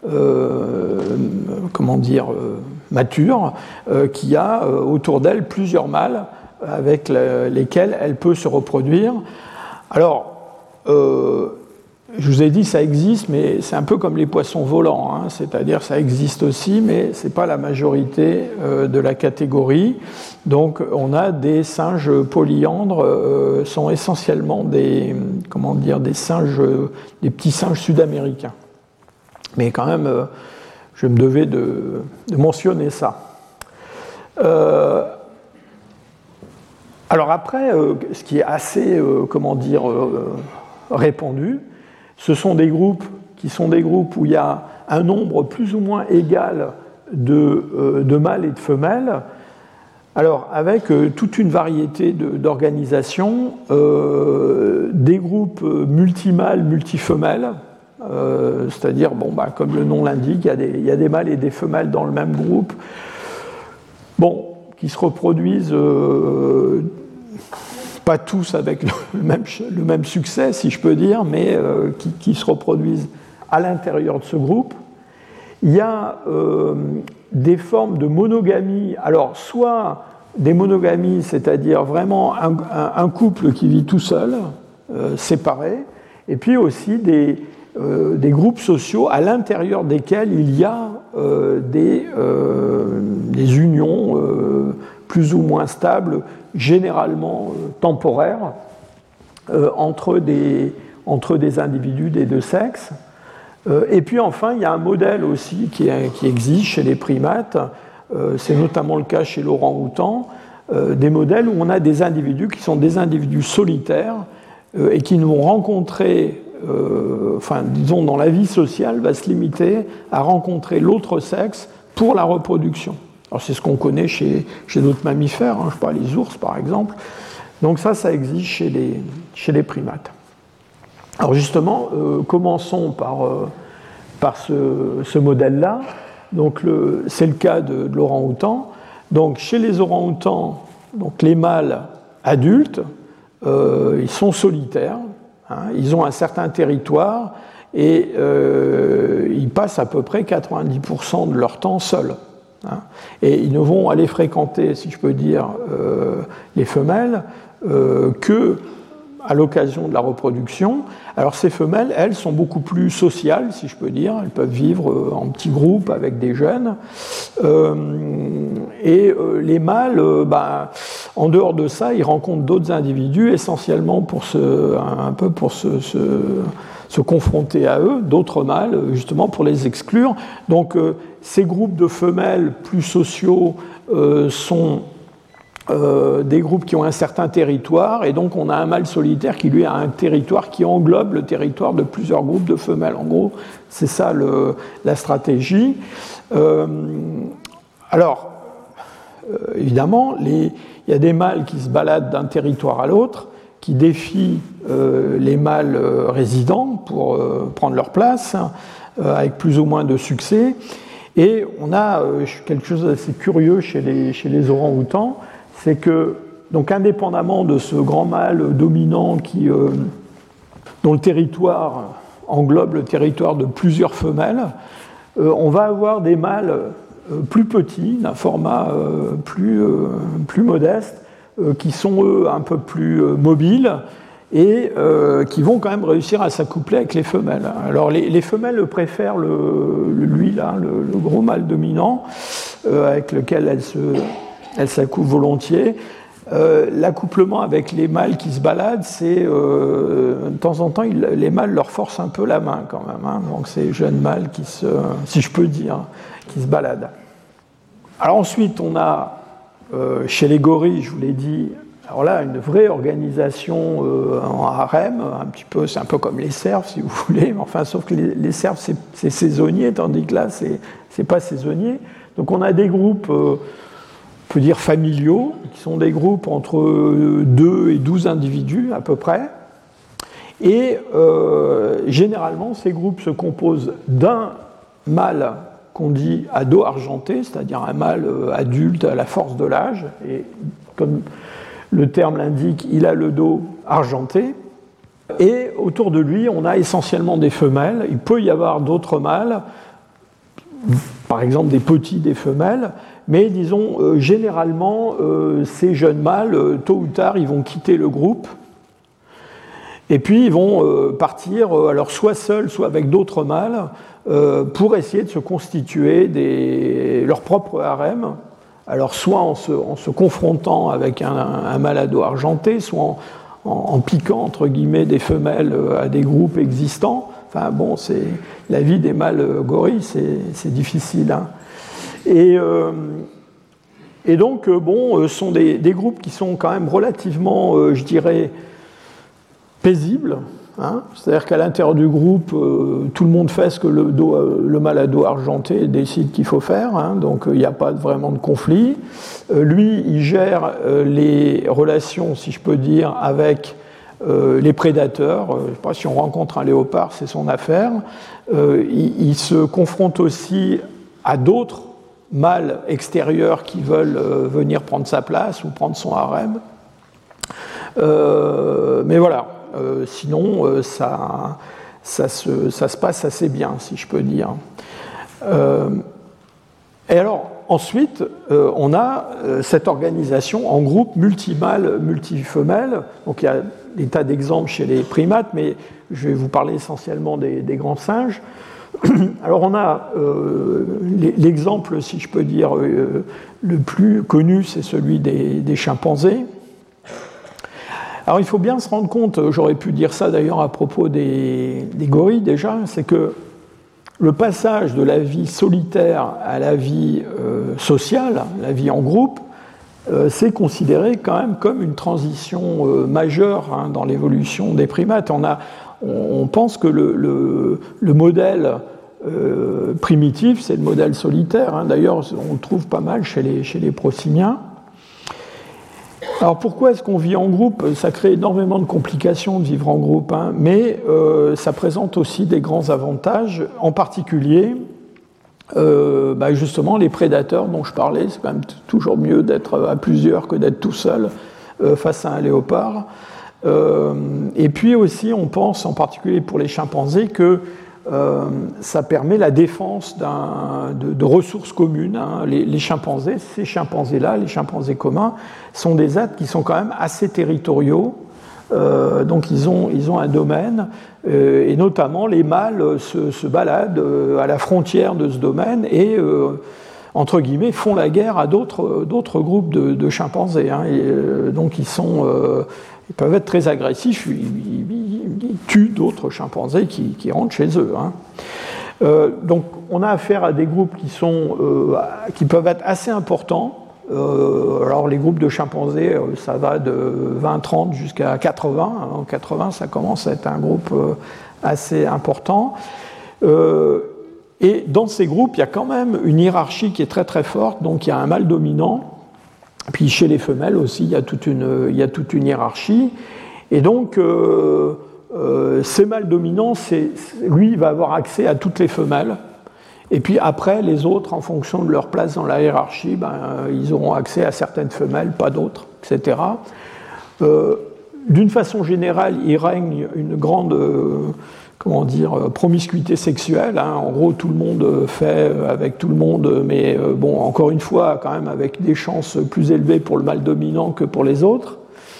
mature, qui a autour d'elle plusieurs mâles avec lesquels elle peut se reproduire. Alors, je vous ai dit ça existe, mais c'est un peu comme les poissons volants, hein, c'est-à-dire ça existe aussi, mais ce n'est pas la majorité de la catégorie. Donc on a des singes polyandres, sont essentiellement des singes, des petits singes sud-américains. Mais quand même, je me devais de mentionner ça. Alors après, ce qui est assez, répandu, ce sont des groupes où il y a un nombre plus ou moins égal de mâles et de femelles. Alors, avec toute une variété d'organisations, des groupes multimâles, multifemelles, c'est-à-dire, comme le nom l'indique, il y a des mâles et des femelles dans le même groupe, qui se reproduisent pas tous avec le même succès, si je peux dire, mais qui se reproduisent à l'intérieur de ce groupe. Il y a des formes de monogamie, alors soit des monogamies, c'est-à-dire vraiment un couple qui vit tout seul, séparé, et puis aussi des groupes sociaux à l'intérieur desquels il y a des unions plus ou moins stables, généralement temporaires, entre des individus des deux sexes. Et puis enfin, il y a un modèle aussi qui existe chez les primates, c'est notamment le cas chez l'orang-outan, des modèles où on a des individus qui sont des individus solitaires et qui vont rencontrer, disons dans la vie sociale, va se limiter à rencontrer l'autre sexe pour la reproduction. Alors c'est ce qu'on connaît chez d'autres mammifères, je sais pas, les ours par exemple. Donc ça existe chez les primates. Alors justement, commençons par ce modèle-là. Donc c'est le cas de l'orang-outan. Donc chez les orang-outans, donc les mâles adultes, ils sont solitaires, ils ont un certain territoire et ils passent à peu près 90% de leur temps seuls. Et ils ne vont aller fréquenter, si je peux dire, les femelles que à l'occasion de la reproduction. Alors ces femelles, elles, sont beaucoup plus sociales, si je peux dire. Elles peuvent vivre en petits groupes avec des jeunes. Et les mâles, en dehors de ça, ils rencontrent d'autres individus, essentiellement pour se confronter à eux, d'autres mâles, justement pour les exclure. Donc ces groupes de femelles plus sociaux sont des groupes qui ont un certain territoire, et donc on a un mâle solitaire qui lui a un territoire qui englobe le territoire de plusieurs groupes de femelles. En gros, c'est ça la stratégie. Évidemment, il y a des mâles qui se baladent d'un territoire à l'autre, qui défient les mâles résidents pour prendre leur place, avec plus ou moins de succès. Et on a quelque chose d'assez curieux chez les orang-outans, c'est que, donc indépendamment de ce grand mâle dominant dont le territoire englobe le territoire de plusieurs femelles, on va avoir des mâles plus petits, d'un format plus modeste, qui sont eux un peu plus mobiles et qui vont quand même réussir à s'accoupler avec les femelles. Alors les femelles préfèrent le gros mâle dominant, avec lequel elles s'accouplent volontiers. L'accouplement avec les mâles qui se baladent, c'est de temps en temps, les mâles leur forcent un peu la main quand même. Donc ces jeunes mâles si je peux dire, qui se baladent. Alors ensuite, on a chez les gorilles, je vous l'ai dit, alors là, une vraie organisation en harem, un petit peu, c'est un peu comme les cerfs, si vous voulez, mais sauf que les cerfs, c'est saisonnier, tandis que là, c'est pas saisonnier. Donc on a des groupes, on peut dire familiaux, qui sont des groupes entre 2 et 12 individus à peu près. Et généralement, ces groupes se composent d'un mâle qu'on dit à dos argenté, c'est-à-dire un mâle adulte à la force de l'âge, et comme le terme l'indique, il a le dos argenté, et autour de lui, on a essentiellement des femelles. Il peut y avoir d'autres mâles, par exemple des petits des femelles, mais disons, généralement, ces jeunes mâles, tôt ou tard, ils vont quitter le groupe, et puis ils vont partir, alors soit seuls, soit avec d'autres mâles, pour essayer de se constituer leur propre harem. Alors soit en se confrontant avec un mâle à dos argenté, soit en piquant entre guillemets des femelles à des groupes existants. Enfin bon, c'est la vie des mâles gorilles, c'est difficile. Et donc ce sont des groupes qui sont quand même relativement, je dirais, paisibles. Hein, c'est-à-dire qu'à l'intérieur du groupe, tout le monde fait ce que le mâle à dos argenté décide qu'il faut faire, hein, donc il n'y a pas vraiment de conflit. Lui, il gère les relations, si je peux dire, avec les prédateurs. Je ne sais pas si on rencontre un léopard, c'est son affaire. Il se confronte aussi à d'autres mâles extérieurs qui veulent venir prendre sa place ou prendre son harem. Mais voilà. Sinon, ça se passe assez bien, si je peux dire. Et alors, ensuite, on a cette organisation en groupe multimâle, multifemelle. Donc, il y a des tas d'exemples chez les primates, mais je vais vous parler essentiellement des grands singes. Alors, on a l'exemple, si je peux dire, le plus connu, c'est celui des chimpanzés. Alors il faut bien se rendre compte, j'aurais pu dire ça d'ailleurs à propos des gorilles déjà, c'est que le passage de la vie solitaire à la vie sociale, la vie en groupe, c'est considéré quand même comme une transition majeure hein, dans l'évolution des primates. On pense que le modèle primitif, c'est le modèle solitaire. Hein. D'ailleurs, on le trouve pas mal chez les prosimiens. Alors pourquoi est-ce qu'on vit en groupe? Ça crée énormément de complications de vivre en groupe, hein, mais ça présente aussi des grands avantages, en particulier justement les prédateurs dont je parlais. C'est quand même toujours mieux d'être à plusieurs que d'être tout seul face à un léopard. Et puis aussi on pense, en particulier pour les chimpanzés, que ça permet la défense de ressources communes. Hein. Les chimpanzés, ces chimpanzés-là, les chimpanzés communs, sont des êtres qui sont quand même assez territoriaux. Donc ils ont un domaine, et notamment les mâles se baladent à la frontière de ce domaine et, entre guillemets, font la guerre à d'autres groupes de chimpanzés. Hein. Donc ils peuvent être très agressifs, ils tuent d'autres chimpanzés qui rentrent chez eux. Hein. Donc on a affaire à des groupes qui peuvent être assez importants. Alors les groupes de chimpanzés, ça va de 20-30 jusqu'à 80. En 80, ça commence à être un groupe assez important. Et dans ces groupes, il y a quand même une hiérarchie qui est très très forte. Donc il y a un mâle dominant. Puis chez les femelles aussi, il y a toute une hiérarchie. Et donc, ces mâles dominants, lui, il va avoir accès à toutes les femelles. Et puis après, les autres, en fonction de leur place dans la hiérarchie, ils auront accès à certaines femelles, pas d'autres, etc. D'une façon générale, il règne une grande promiscuité sexuelle. Hein. En gros, tout le monde fait avec tout le monde, mais encore une fois, quand même avec des chances plus élevées pour le mâle dominant que pour les autres.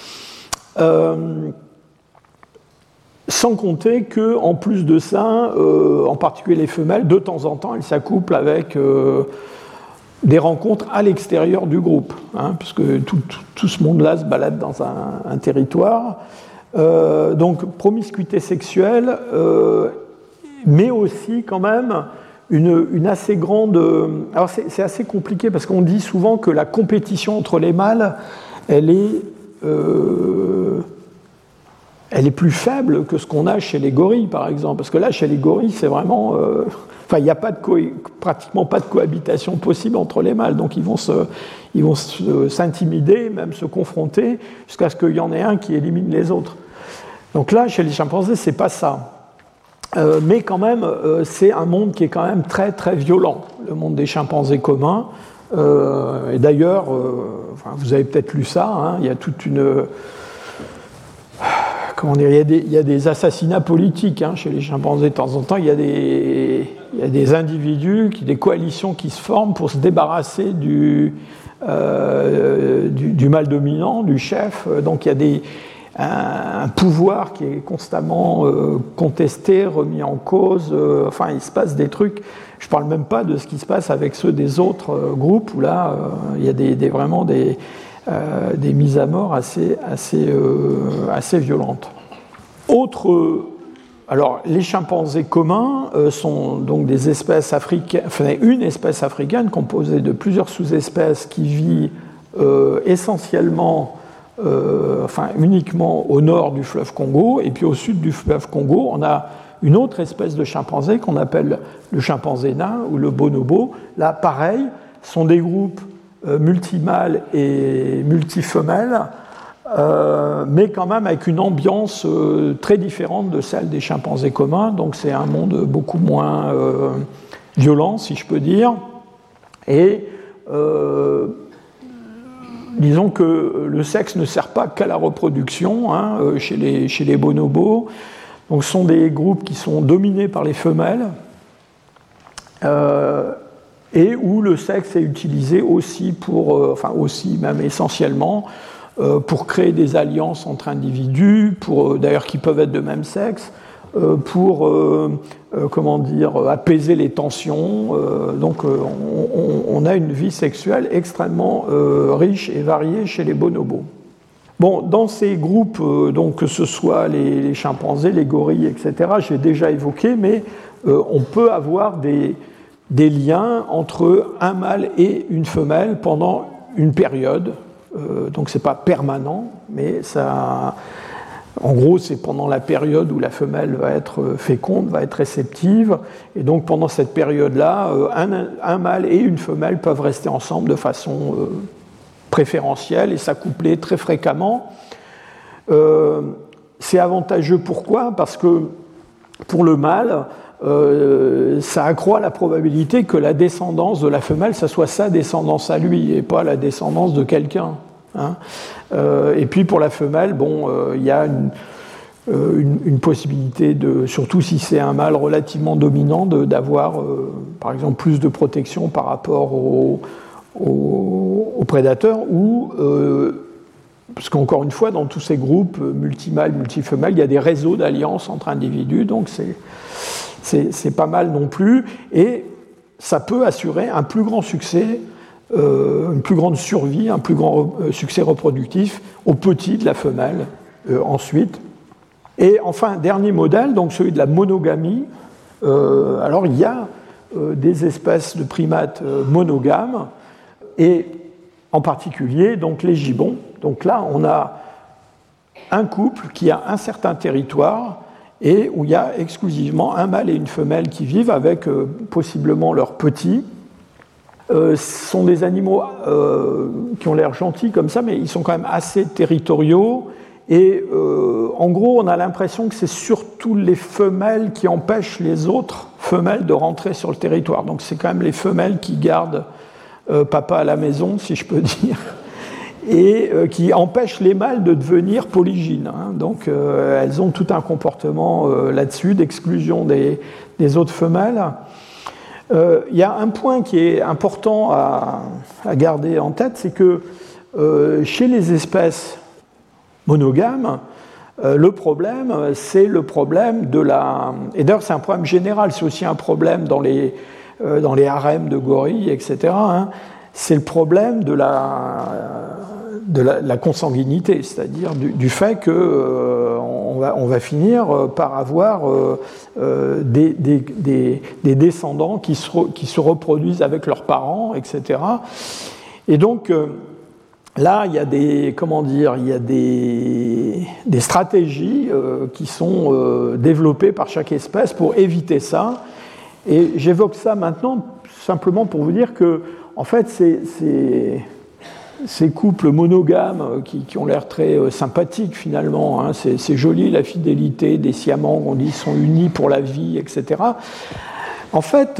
Sans compter qu'en plus de ça, en particulier les femelles, de temps en temps, elles s'accouplent avec des rencontres à l'extérieur du groupe, hein, puisque tout ce monde-là se balade dans un territoire. Donc promiscuité sexuelle, mais aussi quand même une assez grande... Alors c'est assez compliqué parce qu'on dit souvent que la compétition entre les mâles, elle est plus faible que ce qu'on a chez les gorilles, par exemple. Parce que là, chez les gorilles, c'est vraiment... il n'y a pratiquement pas de cohabitation possible entre les mâles. Donc ils vont s'intimider, même se confronter, jusqu'à ce qu'il y en ait un qui élimine les autres. Donc là, chez les chimpanzés, c'est pas ça. Mais quand même, c'est un monde qui est quand même très, très violent, le monde des chimpanzés communs. Et d'ailleurs, vous avez peut-être lu ça, hein, il y a toute une... il y a des assassinats politiques hein, chez les chimpanzés de temps en temps. Il y a des individus, des coalitions qui se forment pour se débarrasser du mâle dominant, du chef. Donc il y a un pouvoir qui est constamment contesté, remis en cause. Il se passe des trucs. Je ne parle même pas de ce qui se passe avec ceux des autres groupes où là, il y a vraiment des mises à mort assez violentes. Alors, les chimpanzés communs sont donc des espèces africaines, une espèce africaine composée de plusieurs sous-espèces qui vit essentiellement uniquement au nord du fleuve Congo, et puis au sud du fleuve Congo, on a une autre espèce de chimpanzé qu'on appelle le chimpanzé nain ou le bonobo. Là, pareil, sont des groupes multimâles et multifemelles, mais quand même avec une ambiance très différente de celle des chimpanzés communs. Donc c'est un monde beaucoup moins violent, si je peux dire. Et disons que le sexe ne sert pas qu'à la reproduction chez les bonobos. Donc ce sont des groupes qui sont dominés par les femelles et où le sexe est utilisé aussi même essentiellement, pour créer des alliances entre individus, d'ailleurs qui peuvent être de même sexe, pour apaiser les tensions. Donc on a une vie sexuelle extrêmement riche et variée chez les bonobos. Bon, dans ces groupes, donc que ce soit les chimpanzés, les gorilles, etc., j'ai déjà évoqué, mais on peut avoir des liens entre un mâle et une femelle pendant une période. Donc c'est pas permanent, mais ça, en gros, c'est pendant la période où la femelle va être féconde, va être réceptive, et donc pendant cette période-là, un mâle et une femelle peuvent rester ensemble de façon préférentielle et s'accoupler très fréquemment. C'est avantageux, pourquoi ? Parce que pour le mâle, ça accroît la probabilité que la descendance de la femelle, ça soit sa descendance à lui et pas la descendance de quelqu'un. Et puis pour la femelle, il y a une possibilité, surtout si c'est un mâle relativement dominant, d'avoir par exemple plus de protection par rapport aux prédateurs, parce qu'encore une fois, dans tous ces groupes multimâles, multifemelles, il y a des réseaux d'alliances entre individus, donc c'est pas mal non plus, et ça peut assurer un plus grand succès, une plus grande survie, un plus grand succès reproductif aux petits de la femelle ensuite. Et enfin, dernier modèle, donc celui de la monogamie. Alors il y a des espèces de primates monogames, et en particulier donc les gibbons. Donc là, on a un couple qui a un certain territoire et où il y a exclusivement un mâle et une femelle qui vivent avec possiblement leurs petits. Ce sont des animaux qui ont l'air gentils comme ça, mais ils sont quand même assez territoriaux. Et en gros, on a l'impression que c'est surtout les femelles qui empêchent les autres femelles de rentrer sur le territoire. Donc c'est quand même les femelles qui gardent papa à la maison, si je peux dire, et qui empêchent les mâles de devenir polygynes. Donc elles ont tout un comportement là-dessus d'exclusion des autres femelles. Il y a un point qui est important à garder en tête, c'est que chez les espèces monogames, le problème, c'est le problème de la... Et d'ailleurs, c'est un problème général, c'est aussi un problème dans les harems de gorilles, etc. C'est le problème de la consanguinité, c'est-à-dire du fait qu'on va finir par avoir des descendants qui se reproduisent avec leurs parents, etc. Et donc là, il y a des stratégies qui sont développées par chaque espèce pour éviter ça. Et j'évoque ça maintenant simplement pour vous dire que, en fait, ces couples monogames qui ont l'air très sympathiques finalement, c'est joli, la fidélité des siamans, on dit sont unis pour la vie, etc. En fait,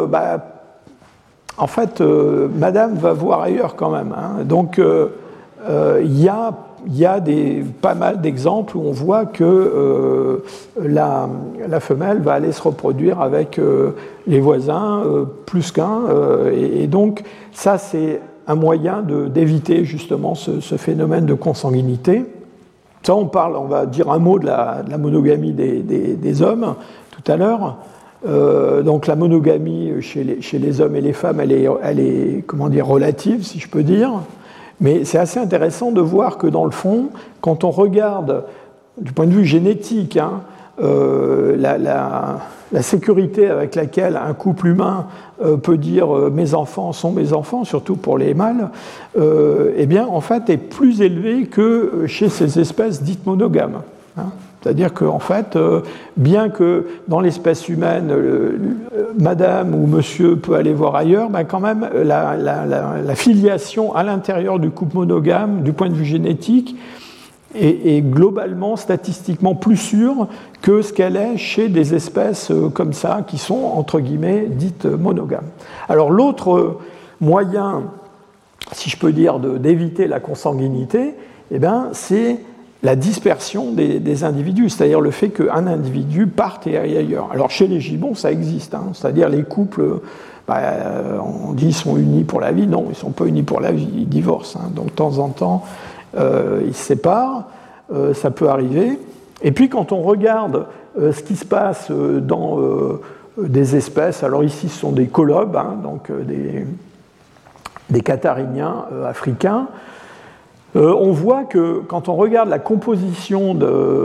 madame va voir ailleurs quand même. Donc, il y a pas mal d'exemples où on voit que la femelle va aller se reproduire avec les voisins, plus qu'un, et donc ça c'est un moyen d'éviter justement ce phénomène de consanguinité. Ça on va dire un mot de la monogamie des hommes tout à l'heure. Donc la monogamie chez les hommes et les femmes, elle est relative, si je peux dire. Mais c'est assez intéressant de voir que dans le fond, quand on regarde du point de vue génétique, la sécurité avec laquelle un couple humain peut dire mes enfants sont mes enfants, surtout pour les mâles, eh bien, en fait, est plus élevée que chez ces espèces dites monogames. Hein. C'est-à-dire qu'en fait, bien que dans l'espèce humaine, madame ou monsieur peut aller voir ailleurs, ben quand même, la filiation à l'intérieur du couple monogame, du point de vue génétique, est globalement, statistiquement plus sûre que ce qu'elle est chez des espèces comme ça, qui sont, entre guillemets, dites monogames. Alors l'autre moyen, si je peux dire, d'éviter la consanguinité, eh ben, c'est la dispersion des individus, c'est-à-dire le fait qu'un individu parte et aille ailleurs. Alors chez les gibbons, ça existe, hein, c'est-à-dire les couples, on dit ils sont unis pour la vie, non, ils ne sont pas unis pour la vie, ils divorcent. Hein, donc de temps en temps, ils se séparent, ça peut arriver. Et puis quand on regarde ce qui se passe dans des espèces, alors ici ce sont des colobes, hein, donc des cathariniens africains, on voit que quand on regarde la composition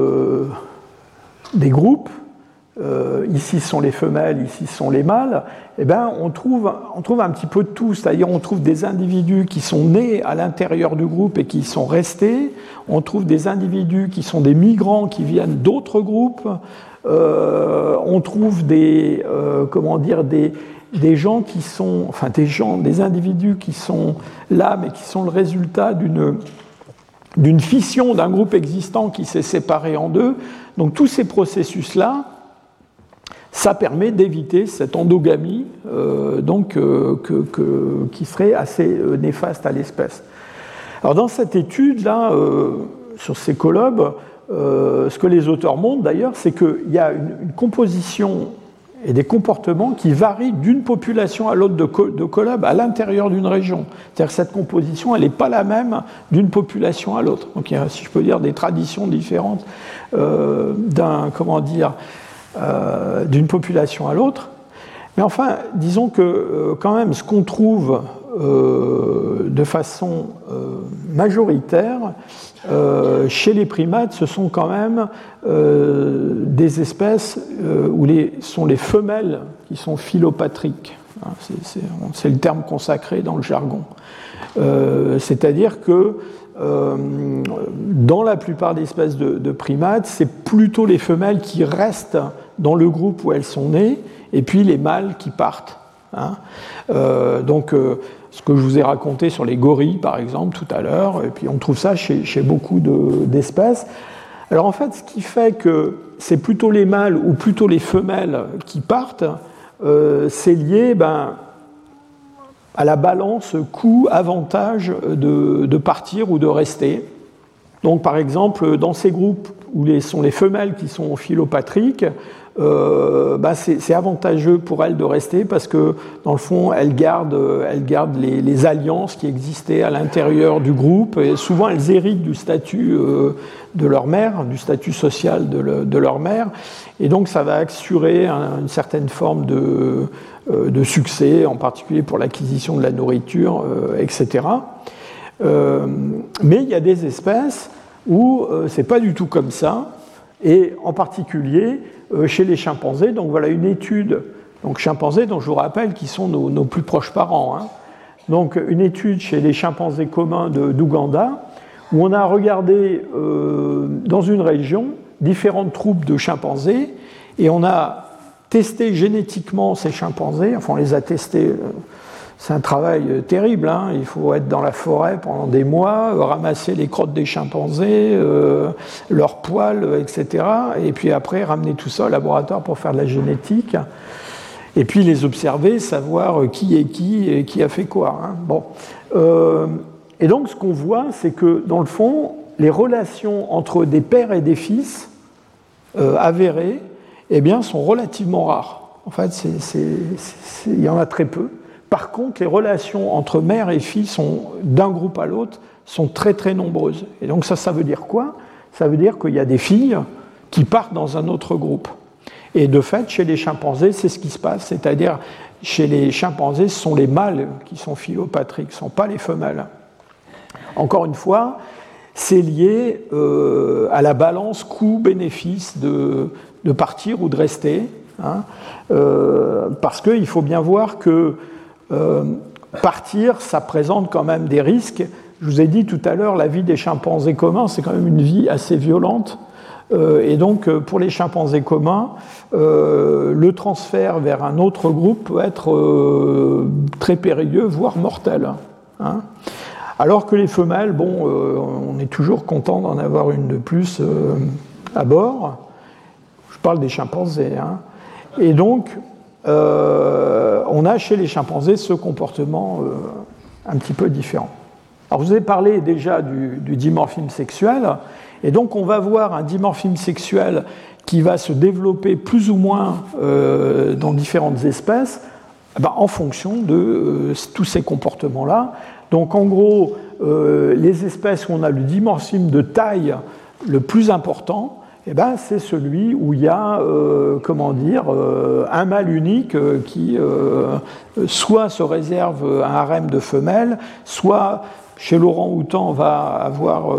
des groupes, ici ce sont les femelles, ici ce sont les mâles, eh ben, on trouve un petit peu de tout, c'est-à-dire on trouve des individus qui sont nés à l'intérieur du groupe et qui y sont restés, on trouve des individus qui sont des migrants qui viennent d'autres groupes, on trouve des gens qui sont, enfin des individus qui sont là, mais qui sont le résultat d'une fission d'un groupe existant qui s'est séparé en deux. Donc tous ces processus-là, ça permet d'éviter cette endogamie qui serait assez néfaste à l'espèce. Alors dans cette étude-là, sur ces colobes, ce que les auteurs montrent d'ailleurs, c'est qu'il y a une composition et des comportements qui varient d'une population à l'autre de colobes à l'intérieur d'une région. C'est-à-dire que cette composition, elle n'est pas la même d'une population à l'autre. Donc il y a, si je peux dire, des traditions différentes d'une population à l'autre. Mais enfin, disons que quand même, ce qu'on trouve de façon majoritaire chez les primates, ce sont quand même des espèces où sont les femelles qui sont philopatriques. C'est le terme consacré dans le jargon. C'est-à-dire que dans la plupart des espèces de primates, c'est plutôt les femelles qui restent dans le groupe où elles sont nées, et puis les mâles qui partent. Hein. Ce que je vous ai raconté sur les gorilles, par exemple, tout à l'heure, et puis on trouve ça chez beaucoup d'espèces. Alors en fait, ce qui fait que c'est plutôt les mâles ou plutôt les femelles qui partent, c'est lié à la balance coût-avantage de partir ou de rester. Donc par exemple, dans ces groupes où sont les femelles qui sont philopatriques, c'est avantageux pour elles de rester parce que, dans le fond, elles gardent les alliances qui existaient à l'intérieur du groupe et souvent elles héritent du statut de leur mère, du statut social de leur mère, et donc ça va assurer une certaine forme de succès, en particulier pour l'acquisition de la nourriture, etc. Mais il y a des espèces où c'est pas du tout comme ça, et en particulier chez les chimpanzés. Donc voilà une étude, donc chimpanzés dont je vous rappelle qu'ils sont nos plus proches parents. Hein. Donc une étude chez les chimpanzés communs d'Ouganda, où on a regardé dans une région différentes troupes de chimpanzés, et on a testé génétiquement ces chimpanzés, enfin on les a testés. C'est un travail terrible, hein. Il faut être dans la forêt pendant des mois, ramasser les crottes des chimpanzés, leurs poils, etc. Et puis après, ramener tout ça au laboratoire pour faire de la génétique. Et puis les observer, savoir qui est qui et qui a fait quoi. Hein. Bon. Et donc ce qu'on voit, c'est que dans le fond, les relations entre des pères et des fils avérées, eh bien, sont relativement rares. En fait, il y en a très peu. Par contre, les relations entre mère et fille d'un groupe à l'autre sont très très nombreuses. Et donc ça veut dire quoi? Ça veut dire qu'il y a des filles qui partent dans un autre groupe. Et de fait, chez les chimpanzés, c'est ce qui se passe. C'est-à-dire, chez les chimpanzés, ce sont les mâles qui sont philopatriques, ce ne sont pas les femelles. Encore une fois, c'est lié à la balance coût-bénéfice de partir ou de rester, hein, parce qu'il faut bien voir que partir, ça présente quand même des risques. Je vous ai dit tout à l'heure, la vie des chimpanzés communs, c'est quand même une vie assez violente. Et donc, pour les chimpanzés communs, le transfert vers un autre groupe peut être très périlleux, voire mortel, hein. Alors que les femelles, bon, on est toujours content d'en avoir une de plus à bord. Je parle des chimpanzés, hein. Et donc, on a chez les chimpanzés ce comportement un petit peu différent. Alors, je vous ai parlé déjà du dimorphisme sexuel, et donc on va voir un dimorphisme sexuel qui va se développer plus ou moins dans différentes espèces, en fonction de tous ces comportements-là. Donc en gros, les espèces où on a le dimorphisme de taille le plus important, c'est celui où il y a un mâle unique qui soit se réserve un harem de femelles, soit chez l'orang-outan va avoir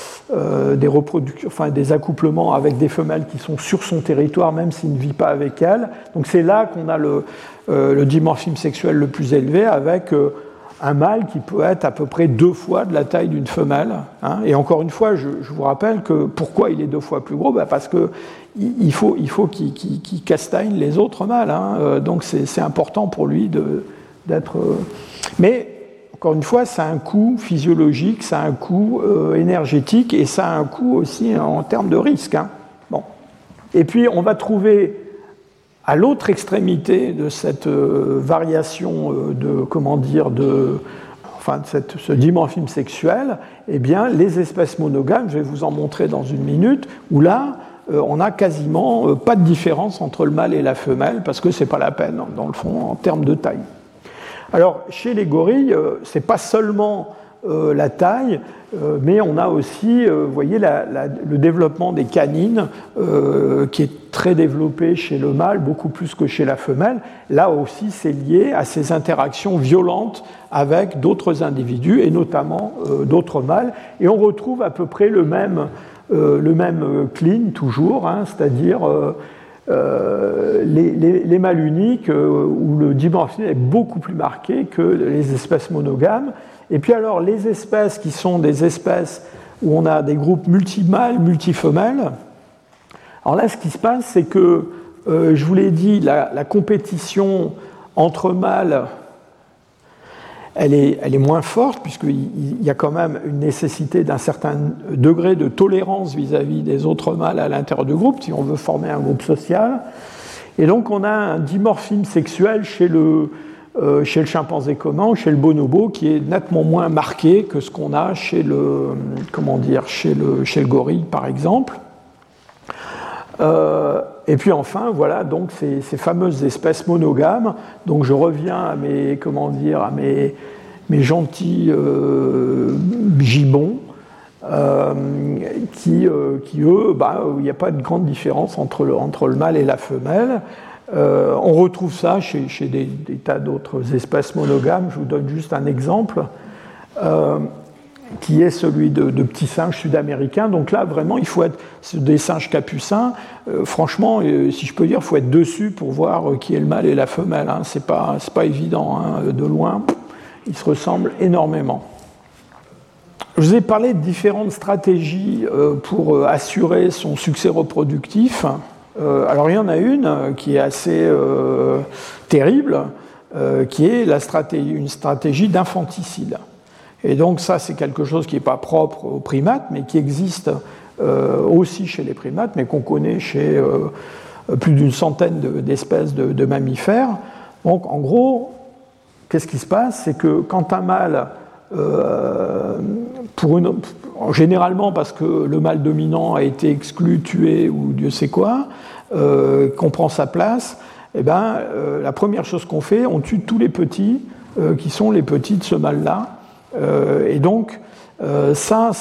des accouplements avec des femelles qui sont sur son territoire, même s'il ne vit pas avec elles. Donc c'est là qu'on a le dimorphisme sexuel le plus élevé, avec un mâle qui peut être à peu près 2 fois de la taille d'une femelle, hein. Et encore une fois, je vous rappelle que pourquoi il est 2 fois plus gros, parce qu'il faut qu'il castagne les autres mâles, hein. Donc c'est important pour lui d'être... Mais encore une fois, ça a un coût physiologique, ça a un coût énergétique, et ça a un coût aussi en termes de risque, hein. Bon. Et puis on va trouver à l'autre extrémité de cette variation ce dimorphisme sexuel, les espèces monogames, je vais vous en montrer dans une minute, où là, on n'a quasiment pas de différence entre le mâle et la femelle, parce que c'est pas la peine, dans le fond, en termes de taille. Alors, chez les gorilles, c'est pas seulement la taille, mais on a aussi, vous voyez, le développement des canines qui est très développé chez le mâle, beaucoup plus que chez la femelle. Là aussi, c'est lié à ces interactions violentes avec d'autres individus, et notamment d'autres mâles. Et on retrouve à peu près le même clean, toujours, hein, c'est-à-dire les mâles uniques où le dimorphisme est beaucoup plus marqué que les espèces monogames. Et puis alors, les espèces qui sont des espèces où on a des groupes multimâles, multifemelles, alors là, ce qui se passe, c'est que, je vous l'ai dit, la compétition entre mâles, elle est moins forte, puisqu'il y a quand même une nécessité d'un certain degré de tolérance vis-à-vis des autres mâles à l'intérieur du groupe, si on veut former un groupe social. Et donc, on a un dimorphisme sexuel chez le chimpanzé commun, chez le bonobo, qui est nettement moins marqué que ce qu'on a chez le gorille, par exemple. Et puis enfin, voilà, donc ces fameuses espèces monogames. Donc je reviens à mes gentils gibbons, qui eux, il n'y a pas de grande différence entre le mâle et la femelle. On retrouve ça chez des tas d'autres espèces monogames. Je vous donne juste un exemple, qui est celui de petits singes sud-américains. Donc là, vraiment, il faut être des singes capucins. Franchement, si je peux dire, il faut être dessus pour voir qui est le mâle et la femelle, hein. C'est pas évident, hein. De loin, ils se ressemblent énormément. Je vous ai parlé de différentes stratégies pour assurer son succès reproductif. Alors il y en a une qui est assez terrible, qui est une stratégie d'infanticide. Et donc ça, c'est quelque chose qui n'est pas propre aux primates, mais qui existe aussi chez les primates, mais qu'on connaît chez plus d'une centaine d'espèces de mammifères. Donc en gros, qu'est-ce qui se passe? C'est que quand un mâle, généralement parce que le mâle dominant a été exclu, tué ou Dieu sait quoi, qu'on prend sa place, la première chose qu'on fait, on tue tous les petits qui sont les petits de ce mâle-là. Et donc, ça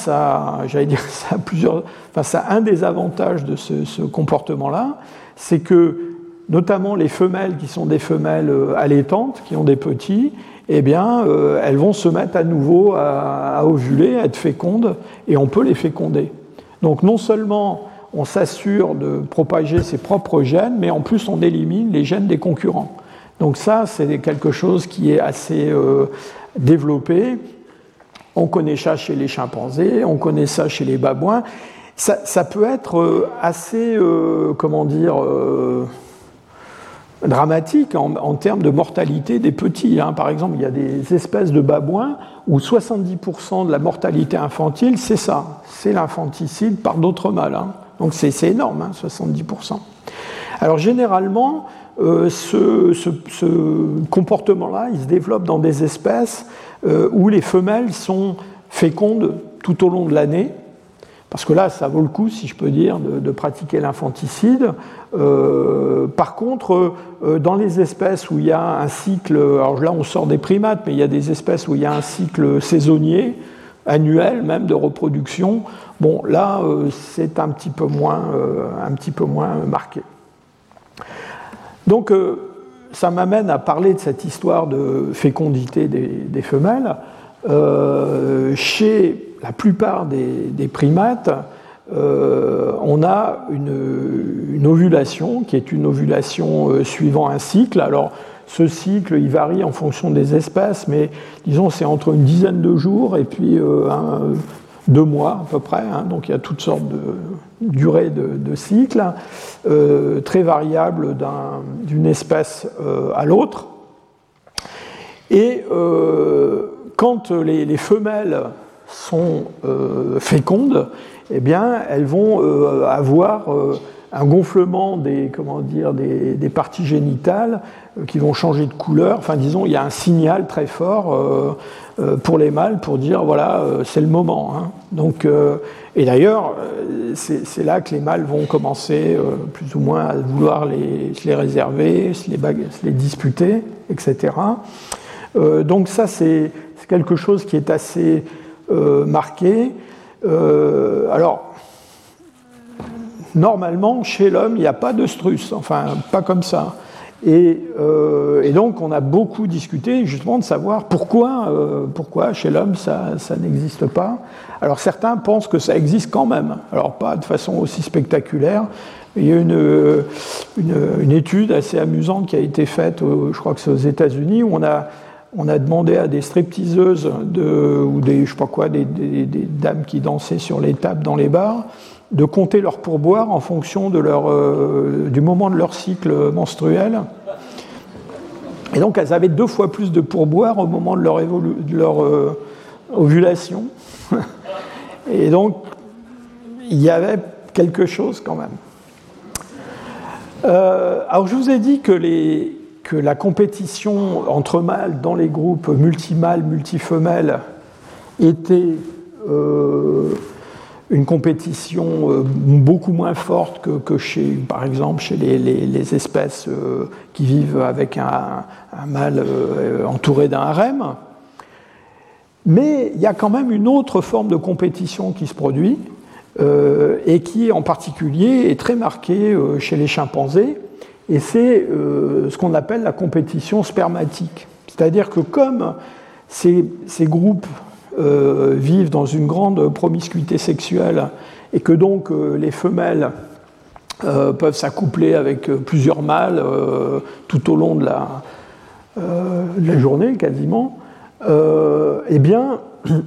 a un des avantages de ce comportement-là, c'est que notamment les femelles qui sont des femelles allaitantes, qui ont des petits, eh bien, elles vont se mettre à nouveau à ovuler, à être fécondes, et on peut les féconder. Donc non seulement on s'assure de propager ses propres gènes, mais en plus on élimine les gènes des concurrents. Donc ça, c'est quelque chose qui est assez développé. On connaît ça chez les chimpanzés, on connaît ça chez les babouins. Ça peut être assez, dramatique en termes de mortalité des petits. Hein. Par exemple, il y a des espèces de babouins où 70% de la mortalité infantile, c'est ça, c'est l'infanticide par d'autres mâles. Hein. Donc c'est énorme, hein, 70%. Alors généralement, ce comportement-là, il se développe dans des espèces où les femelles sont fécondes tout au long de l'année, parce que là, ça vaut le coup, si je peux dire, de pratiquer l'infanticide. Par contre, dans les espèces où il y a un cycle, alors là on sort des primates, mais il y a des espèces où il y a un cycle saisonnier, annuel même, de reproduction, bon là c'est un petit peu moins marqué. Donc ça m'amène à parler de cette histoire de fécondité des femelles. Chez la plupart des primates, on a une ovulation qui est une ovulation suivant un cycle. Alors, ce cycle, il varie en fonction des espèces, mais disons c'est entre une dizaine de jours et puis 2 mois à peu près. Hein, donc, il y a toutes sortes de durées de cycles, très variables d'une espèce à l'autre. Et quand les femelles sont fécondes, eh bien, elles vont avoir un gonflement des parties génitales qui vont changer de couleur. Enfin, disons, il y a un signal très fort pour les mâles pour dire, voilà, c'est le moment. Hein. Donc, et d'ailleurs, c'est là que les mâles vont commencer plus ou moins à vouloir se les réserver, se les disputer, etc. Donc ça, c'est quelque chose qui est assez marqué. Alors, normalement, chez l'homme, il n'y a pas d'œstrus, enfin, pas comme ça. Et donc, on a beaucoup discuté, justement, de savoir pourquoi chez l'homme, ça n'existe pas. Alors, certains pensent que ça existe quand même. Alors, pas de façon aussi spectaculaire. Il y a une étude assez amusante qui a été faite, je crois que c'est aux États-Unis, où on a demandé à des stripteaseuses ou des dames qui dansaient sur les tables dans les bars de compter leur pourboire en fonction du moment de leur cycle menstruel. Et donc elles avaient 2 fois plus de pourboire au moment de leur ovulation. Et donc il y avait quelque chose quand même. Alors je vous ai dit que la compétition entre mâles dans les groupes multimâles, multifemelles était une compétition beaucoup moins forte que par exemple, chez les espèces qui vivent avec un mâle entouré d'un harem. Mais il y a quand même une autre forme de compétition qui se produit et qui, en particulier, est très marquée chez les chimpanzés. Et c'est ce qu'on appelle la compétition spermatique. C'est-à-dire que comme ces groupes vivent dans une grande promiscuité sexuelle et que donc les femelles peuvent s'accoupler avec plusieurs mâles tout au long de la journée quasiment, eh bien,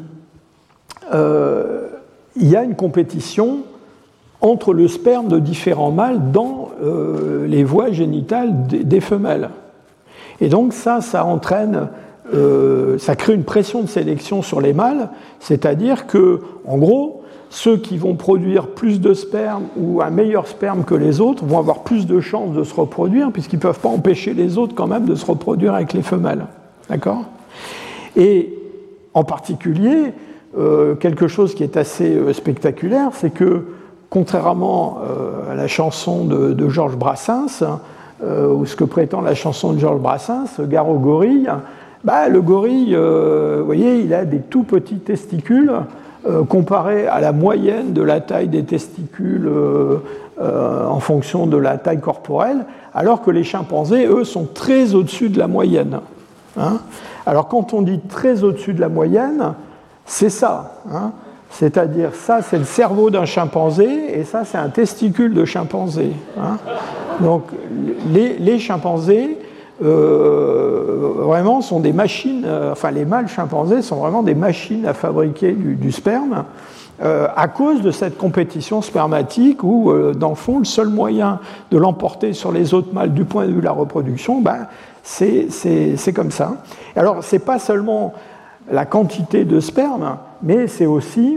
il y a une compétition entre le sperme de différents mâles dans les voies génitales des femelles. Et donc ça entraîne, ça crée une pression de sélection sur les mâles, c'est-à-dire que, en gros, ceux qui vont produire plus de sperme ou un meilleur sperme que les autres vont avoir plus de chances de se reproduire, puisqu'ils ne peuvent pas empêcher les autres quand même de se reproduire avec les femelles. D'accord ? Et en particulier, quelque chose qui est assez spectaculaire, c'est que contrairement à la chanson de Georges Brassens, ou ce que prétend la chanson de Georges Brassens, Gare au gorille, le gorille, vous voyez, il a des tout petits testicules comparé à la moyenne de la taille des testicules en fonction de la taille corporelle, alors que les chimpanzés, eux, sont très au-dessus de la moyenne. Hein. Alors quand on dit très au-dessus de la moyenne, c'est ça. Hein. C'est-à-dire, ça, c'est le cerveau d'un chimpanzé, et ça, c'est un testicule de chimpanzé. Hein. Donc, les chimpanzés, vraiment, sont des machines, enfin, les mâles chimpanzés sont vraiment des machines à fabriquer du sperme, à cause de cette compétition spermatique où, dans le fond, le seul moyen de l'emporter sur les autres mâles du point de vue de la reproduction, ben, c'est comme ça. Alors, ce n'est pas seulement la quantité de sperme, mais c'est aussi,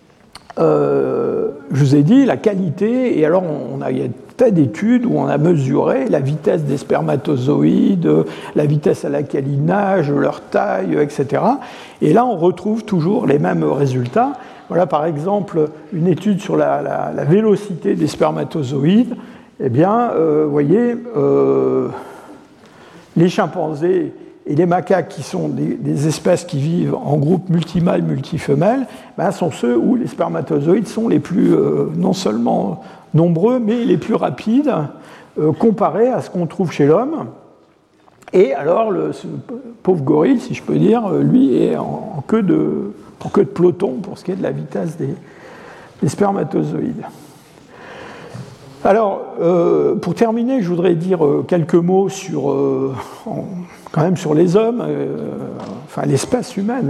je vous ai dit, la qualité. Et alors, il y a tas d'études où on a mesuré la vitesse des spermatozoïdes, la vitesse à laquelle ils nagent, leur taille, etc. Et là, on retrouve toujours les mêmes résultats. Voilà, par exemple, une étude sur la vélocité des spermatozoïdes. Eh bien, vous voyez, les chimpanzés et les macaques, qui sont des espèces qui vivent en groupe multimâle, multifemelle, ben, sont ceux où les spermatozoïdes sont les plus, non seulement nombreux, mais les plus rapides, comparés à ce qu'on trouve chez l'homme. Et alors, ce pauvre gorille, si je peux dire, lui est en queue de peloton pour ce qui est de la vitesse des spermatozoïdes. Alors, pour terminer, je voudrais dire quelques mots quand même sur les hommes, enfin l'espèce humaine,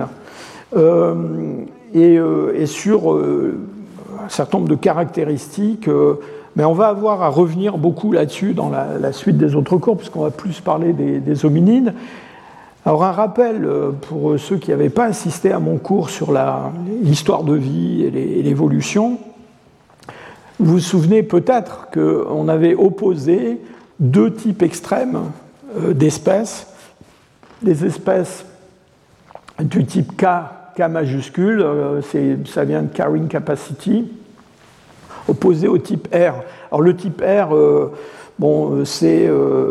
et sur un certain nombre de caractéristiques, mais on va avoir à revenir beaucoup là-dessus dans la suite des autres cours, puisqu'on va plus parler des hominines. Alors un rappel pour ceux qui n'avaient pas assisté à mon cours sur l'histoire de vie et l'évolution. Vous vous souvenez peut-être qu'on avait opposé deux types extrêmes d'espèces, des espèces du type K majuscule, ça vient de carrying capacity, opposé au type R. Alors le type R, c'est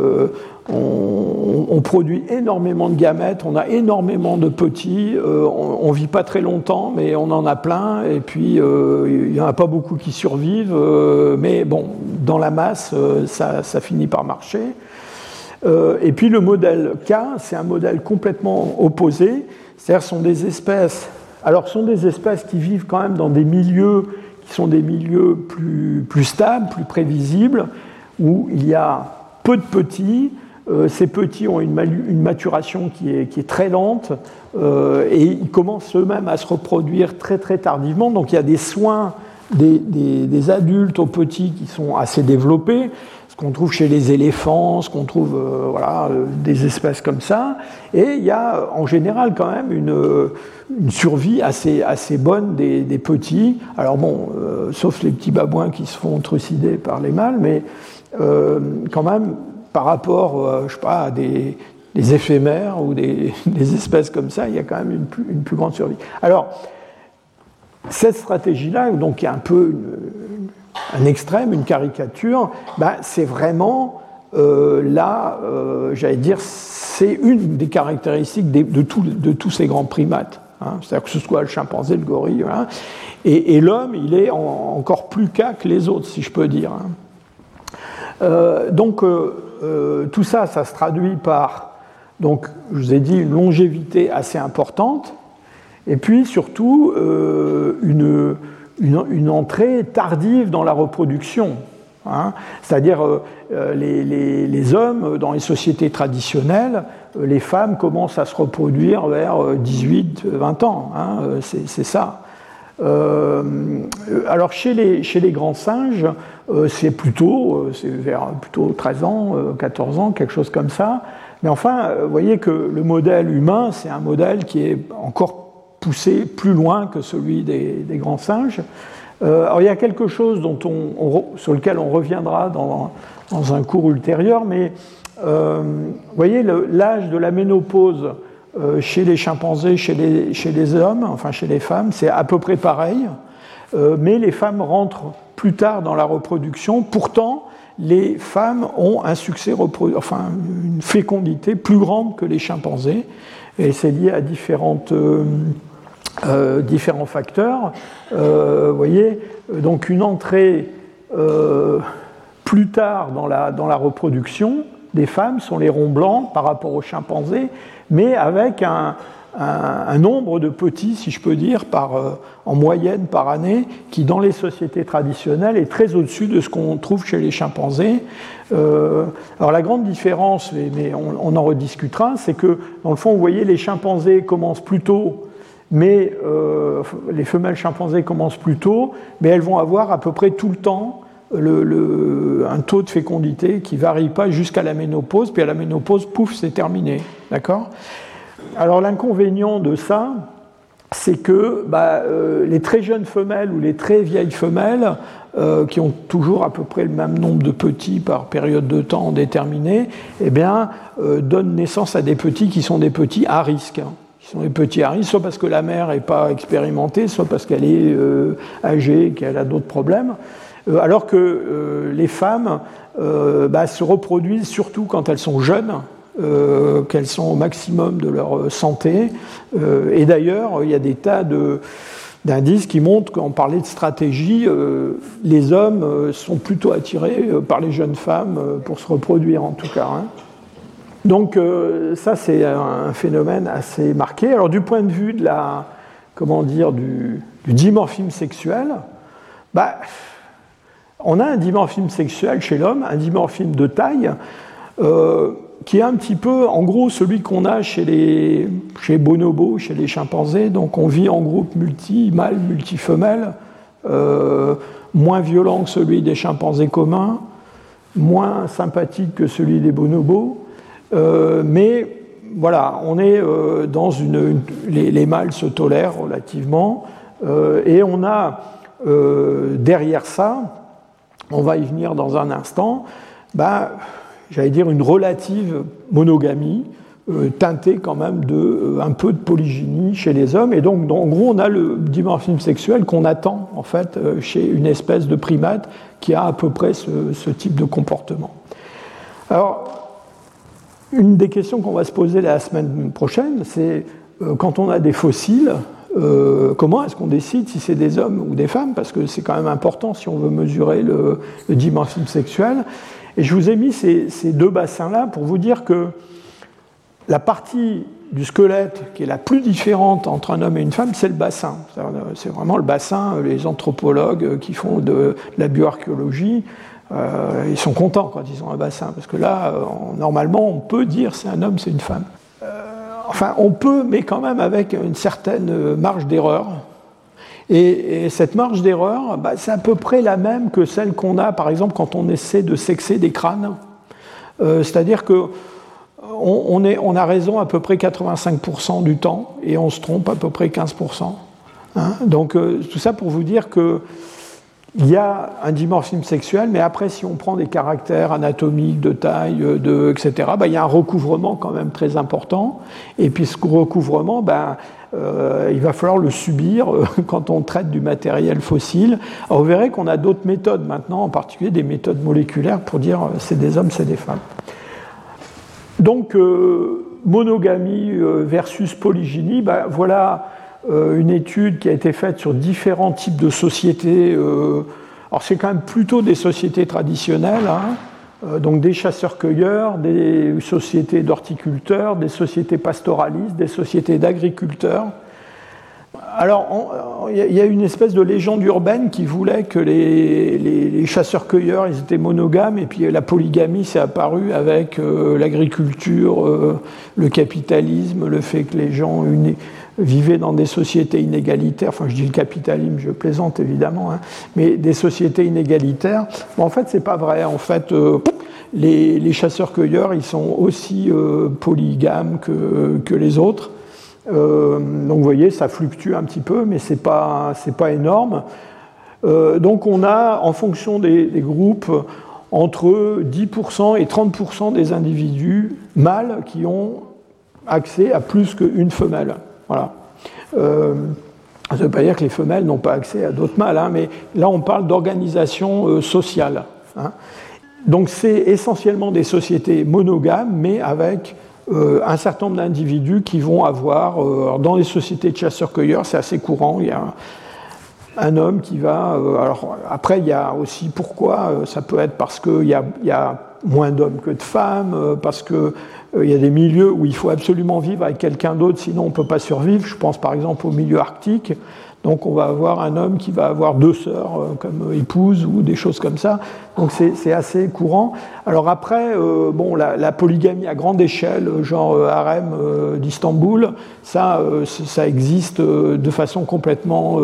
on produit énormément de gamètes, on a énormément de petits, on ne vit pas très longtemps, mais on en a plein, et puis il n'y en a pas beaucoup qui survivent, mais bon, dans la masse, ça finit par marcher. Et puis le modèle K, c'est un modèle complètement opposé, c'est-à-dire sont des espèces qui vivent quand même dans des milieux qui sont des milieux plus stables, plus prévisibles, où il y a peu de petits. Ces petits ont une maturation qui est très lente et ils commencent eux-mêmes à se reproduire très très tardivement. Donc il y a des soins des adultes aux petits qui sont assez développés, ce qu'on trouve chez les éléphants, ce qu'on trouve des espèces comme ça. Et il y a en général quand même une survie assez bonne des petits. Alors bon, sauf les petits babouins qui se font trucider par les mâles, mais quand même, par rapport, je sais pas, à des éphémères ou des espèces comme ça, il y a quand même une plus grande survie. Alors, cette stratégie-là, donc il y a un peu un extrême, une caricature, c'est vraiment j'allais dire, c'est une des caractéristiques de tous ces grands primates. Hein, c'est-à-dire que ce soit le chimpanzé, le gorille, voilà. Et l'homme, il est encore plus cas que les autres, si je peux dire. Hein. Donc, tout ça, ça se traduit par, donc, je vous ai dit, une longévité assez importante, et puis surtout une entrée tardive dans la reproduction. Hein. C'est-à-dire, les hommes, dans les sociétés traditionnelles, les femmes commencent à se reproduire vers 18-20 ans. Hein, c'est ça. Alors chez les grands singes, c'est vers plutôt 13 ans, 14 ans, quelque chose comme ça. Mais enfin, vous voyez que le modèle humain, c'est un modèle qui est encore poussé plus loin que celui des grands singes. Alors il y a quelque chose sur lequel on reviendra dans un cours ultérieur, mais vous voyez, l'âge de la ménopause chez les chimpanzés, chez les hommes, enfin chez les femmes, c'est à peu près pareil, mais les femmes rentrent plus tard dans la reproduction. Pourtant, les femmes ont un succès une fécondité plus grande que les chimpanzés, et c'est lié à différentes différents facteurs. Vous voyez, donc une entrée plus tard dans la reproduction des femmes sont les ronds blancs par rapport aux chimpanzés, mais avec un nombre de petits, si je peux dire, en moyenne par année, qui dans les sociétés traditionnelles est très au-dessus de ce qu'on trouve chez les chimpanzés. Alors la grande différence, mais on en rediscutera, c'est que dans le fond, vous voyez, les chimpanzés commencent plus tôt, mais les femelles chimpanzés commencent plus tôt, mais elles vont avoir à peu près tout le temps un taux de fécondité qui ne varie pas jusqu'à la ménopause, puis à la ménopause, pouf, c'est terminé. D'accord ? Alors l'inconvénient de ça, c'est que les très jeunes femelles ou les très vieilles femelles, qui ont toujours à peu près le même nombre de petits par période de temps déterminée, eh bien, donnent naissance à des petits qui sont des petits à risque. Qui sont des petits à risque, soit parce que la mère n'est pas expérimentée, soit parce qu'elle est âgée, qu'elle a d'autres problèmes. Alors que les femmes se reproduisent surtout quand elles sont jeunes, qu'elles sont au maximum de leur santé. Et d'ailleurs, il y a des tas d'indices qui montrent, quand on parlait de stratégie, les hommes sont plutôt attirés par les jeunes femmes pour se reproduire en tout cas. Hein. Donc ça, c'est un phénomène assez marqué. Alors du point de vue de du dimorphisme sexuel, on a un dimorphisme sexuel chez l'homme, un dimorphisme de taille, qui est un petit peu, en gros, celui qu'on a chez les bonobos, chez les chimpanzés. Donc on vit en groupe multi-mâle, multi-femelle, moins violent que celui des chimpanzés communs, moins sympathique que celui des bonobos. Mais voilà, on est dans les mâles se tolèrent relativement, et on a derrière ça, on va y venir dans un instant, j'allais dire une relative monogamie, teintée quand même un peu de polygynie chez les hommes. Et donc, en gros, on a le dimorphisme sexuel qu'on attend, en fait, chez une espèce de primate qui a à peu près ce type de comportement. Alors, une des questions qu'on va se poser la semaine prochaine, c'est quand on a des fossiles, comment est-ce qu'on décide si c'est des hommes ou des femmes, parce que c'est quand même important si on veut mesurer le dimorphisme sexuel. Et je vous ai mis ces deux bassins-là pour vous dire que la partie du squelette qui est la plus différente entre un homme et une femme, c'est le bassin. C'est vraiment le bassin. Les anthropologues qui font de la bioarchéologie, ils sont contents quand ils ont un bassin, parce que là, normalement, on peut dire c'est un homme, c'est une femme. Enfin, on peut, mais quand même avec une certaine marge d'erreur. Et cette marge d'erreur, c'est à peu près la même que celle qu'on a, par exemple, quand on essaie de sexer des crânes. C'est-à-dire qu'on a raison à peu près 85% du temps, et on se trompe à peu près 15%. Hein. Donc, tout ça pour vous dire que il y a un dimorphisme sexuel, mais après, si on prend des caractères anatomiques, de taille, etc., il y a un recouvrement quand même très important. Et puis ce recouvrement, il va falloir le subir quand on traite du matériel fossile. Alors, vous verrez qu'on a d'autres méthodes maintenant, en particulier des méthodes moléculaires pour dire c'est des hommes, c'est des femmes. Donc, monogamie versus polygynie, voilà une étude qui a été faite sur différents types de sociétés. Alors c'est quand même plutôt des sociétés traditionnelles, hein, donc des chasseurs-cueilleurs, des sociétés d'horticulteurs, des sociétés pastoralistes, des sociétés d'agriculteurs. Alors il y a une espèce de légende urbaine qui voulait que les chasseurs-cueilleurs ils étaient monogames, et puis la polygamie s'est apparue avec l'agriculture, le capitalisme, le fait que les gens vivaient dans des sociétés inégalitaires, enfin je dis le capitalisme, je plaisante évidemment, hein, mais des sociétés inégalitaires. En fait, c'est pas vrai. En fait, les chasseurs-cueilleurs, ils sont aussi polygames que les autres. Donc vous voyez, ça fluctue un petit peu, mais c'est pas énorme. Donc on a, en fonction des groupes, entre 10% et 30% des individus mâles qui ont accès à plus qu'une femelle. Voilà. Ça ne veut pas dire que les femelles n'ont pas accès à d'autres mâles, hein, mais là on parle d'organisation sociale. Hein. Donc c'est essentiellement des sociétés monogames, mais avec un certain nombre d'individus qui vont avoir, dans les sociétés de chasseurs-cueilleurs, c'est assez courant, il y a un homme qui va... alors après, il y a aussi pourquoi, ça peut être parce qu'il y a moins d'hommes que de femmes, parce qu'il y a des milieux où il faut absolument vivre avec quelqu'un d'autre, sinon on ne peut pas survivre. Je pense par exemple au milieu arctique. Donc on va avoir un homme qui va avoir 2 sœurs comme épouse ou des choses comme ça. Donc c'est assez courant. Alors après, la polygamie à grande échelle, genre harem d'Istanbul, ça existe de façon complètement,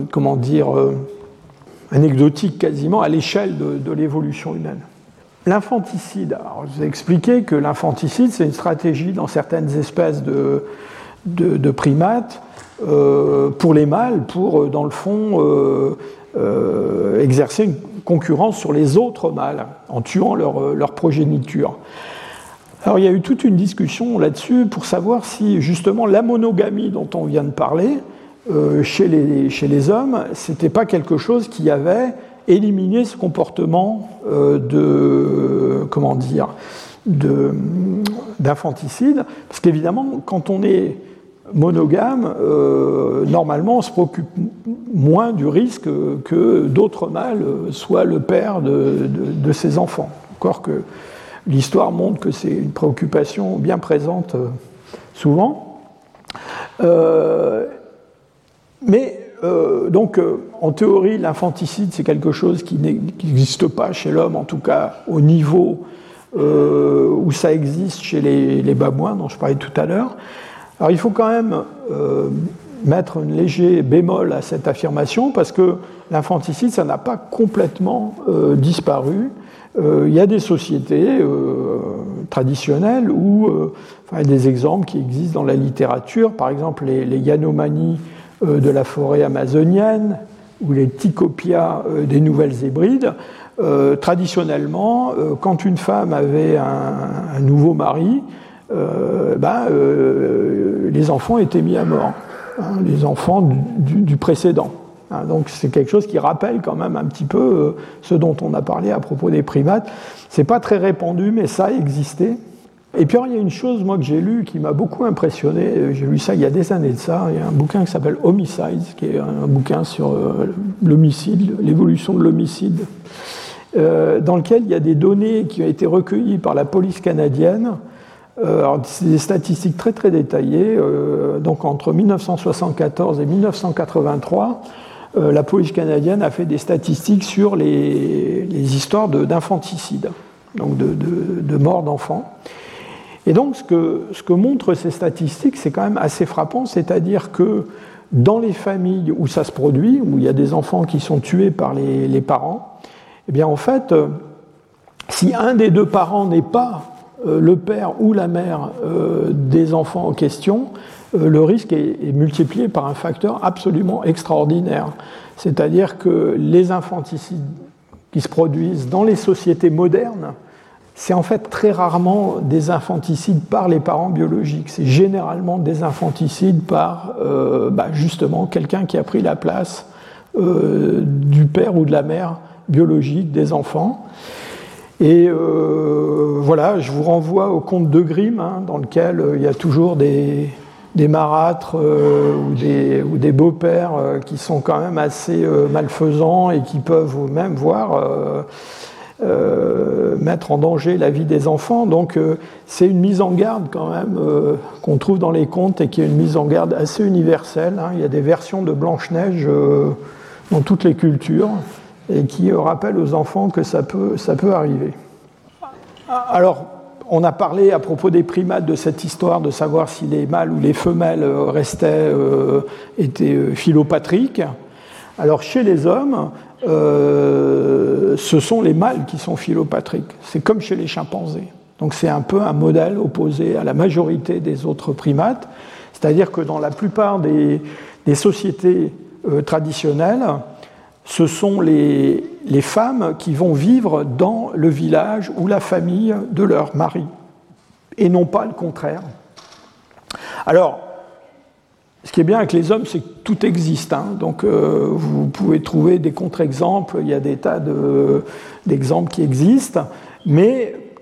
anecdotique quasiment, à l'échelle de l'évolution humaine. L'infanticide. Alors, je vous ai expliqué que l'infanticide, c'est une stratégie dans certaines espèces de primates pour les mâles, pour, dans le fond, exercer une concurrence sur les autres mâles en tuant leur progéniture. Alors, il y a eu toute une discussion là-dessus pour savoir si, justement, la monogamie dont on vient de parler, chez les hommes, c'était pas quelque chose qui avait éliminé ce comportement d'infanticide, parce qu'évidemment, quand on est monogame, normalement, on se préoccupe moins du risque que d'autres mâles soient le père de ses enfants. Encore que l'histoire montre que c'est une préoccupation bien présente souvent. Donc, en théorie, l'infanticide, c'est quelque chose qui n'existe pas chez l'homme, en tout cas au niveau où ça existe chez les babouins, dont je parlais tout à l'heure. Alors, il faut quand même mettre un léger bémol à cette affirmation, parce que l'infanticide, ça n'a pas complètement disparu. Il y a des sociétés traditionnelles où, il y a des exemples qui existent dans la littérature, par exemple les Yanomami de la forêt amazonienne ou les Tikopia des Nouvelles Hébrides. Traditionnellement, quand une femme avait un nouveau mari, les enfants étaient mis à mort, les enfants du précédent. Donc c'est quelque chose qui rappelle quand même un petit peu ce dont on a parlé à propos des primates. C'est pas très répandu, mais ça existait. Et puis alors, il y a une chose, moi, que j'ai lu qui m'a beaucoup impressionné. J'ai lu ça il y a des années de ça. Il y a un bouquin qui s'appelle Homicides, qui est un bouquin sur l'homicide, l'évolution de l'homicide, dans lequel il y a des données qui ont été recueillies par la police canadienne. Alors, c'est des statistiques très très détaillées. Donc entre 1974 et 1983, la police canadienne a fait des statistiques sur les histoires d'infanticide, donc de mort d'enfants. Et donc, ce que montrent ces statistiques, c'est quand même assez frappant, c'est-à-dire que dans les familles où ça se produit, où il y a des enfants qui sont tués par les parents, eh bien, en fait, si un des 2 parents n'est pas le père ou la mère des enfants en question, le risque est multiplié par un facteur absolument extraordinaire. C'est-à-dire que les infanticides qui se produisent dans les sociétés modernes, c'est en fait très rarement des infanticides par les parents biologiques. C'est généralement des infanticides par justement quelqu'un qui a pris la place du père ou de la mère biologique des enfants. Et voilà, je vous renvoie au conte de Grimm, dans lequel il y a toujours des marâtres ou des beaux-pères qui sont quand même assez malfaisants et qui peuvent même voir mettre en danger la vie des enfants. Donc c'est une mise en garde quand même qu'on trouve dans les contes et qui est une mise en garde assez universelle. Il y a des versions de Blanche-Neige dans toutes les cultures et qui rappellent aux enfants que ça peut arriver. Alors, on a parlé à propos des primates de cette histoire de savoir si les mâles ou les femelles étaient philopatriques. Alors, chez les hommes, ce sont les mâles qui sont philopatriques. C'est comme chez les chimpanzés. Donc, c'est un peu un modèle opposé à la majorité des autres primates. C'est-à-dire que dans la plupart des sociétés traditionnelles, ce sont les femmes qui vont vivre dans le village ou la famille de leur mari, et non pas le contraire. Alors, ce qui est bien avec les hommes, c'est que tout existe. Donc, vous pouvez trouver des contre-exemples, il y a des tas d'exemples qui existent, mais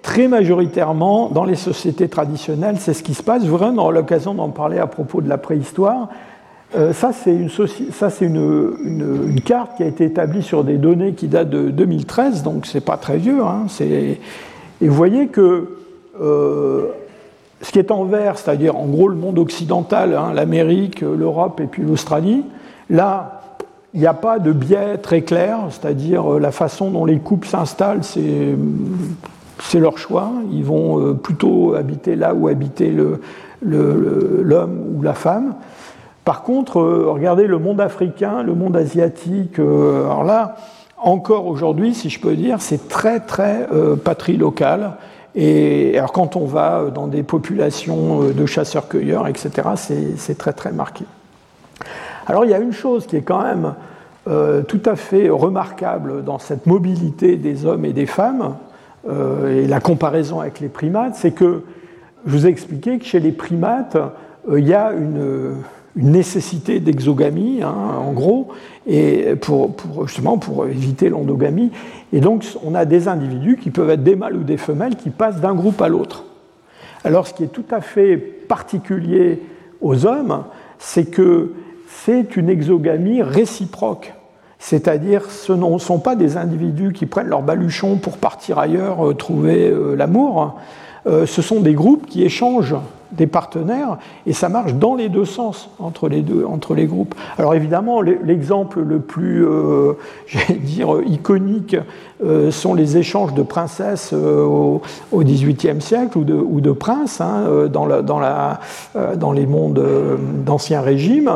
très majoritairement, dans les sociétés traditionnelles, c'est ce qui se passe. Vraiment, on aura l'occasion d'en parler à propos de la préhistoire. Ça, c'est une carte qui a été établie sur des données qui datent de 2013, donc c'est pas très vieux. Hein, et vous voyez que ce qui est en vert, c'est-à-dire en gros le monde occidental, hein, l'Amérique, l'Europe et puis l'Australie, là, il n'y a pas de biais très clair, c'est-à-dire la façon dont les couples s'installent, c'est leur choix. Ils vont plutôt habiter là où habitait l'homme ou la femme. Par contre, regardez le monde africain, le monde asiatique, alors là, encore aujourd'hui, si je peux dire, c'est très, très patrilocal. Et alors quand on va dans des populations de chasseurs-cueilleurs, etc., c'est très, très marqué. Alors il y a une chose qui est quand même tout à fait remarquable dans cette mobilité des hommes et des femmes, et la comparaison avec les primates, c'est que je vous ai expliqué que chez les primates, il y a une nécessité d'exogamie, hein, en gros, et justement pour éviter l'endogamie. Et donc on a des individus qui peuvent être des mâles ou des femelles qui passent d'un groupe à l'autre. Alors ce qui est tout à fait particulier aux hommes, c'est que c'est une exogamie réciproque. C'est-à-dire ce ne sont pas des individus qui prennent leur baluchon pour partir ailleurs, trouver l'amour. Ce sont des groupes qui échangent des partenaires et ça marche dans les deux sens entre les groupes. Alors évidemment, l'exemple le plus, j'allais dire, iconique sont les échanges de princesses au XVIIIe siècle ou de princes, hein, dans les mondes d'Ancien Régime.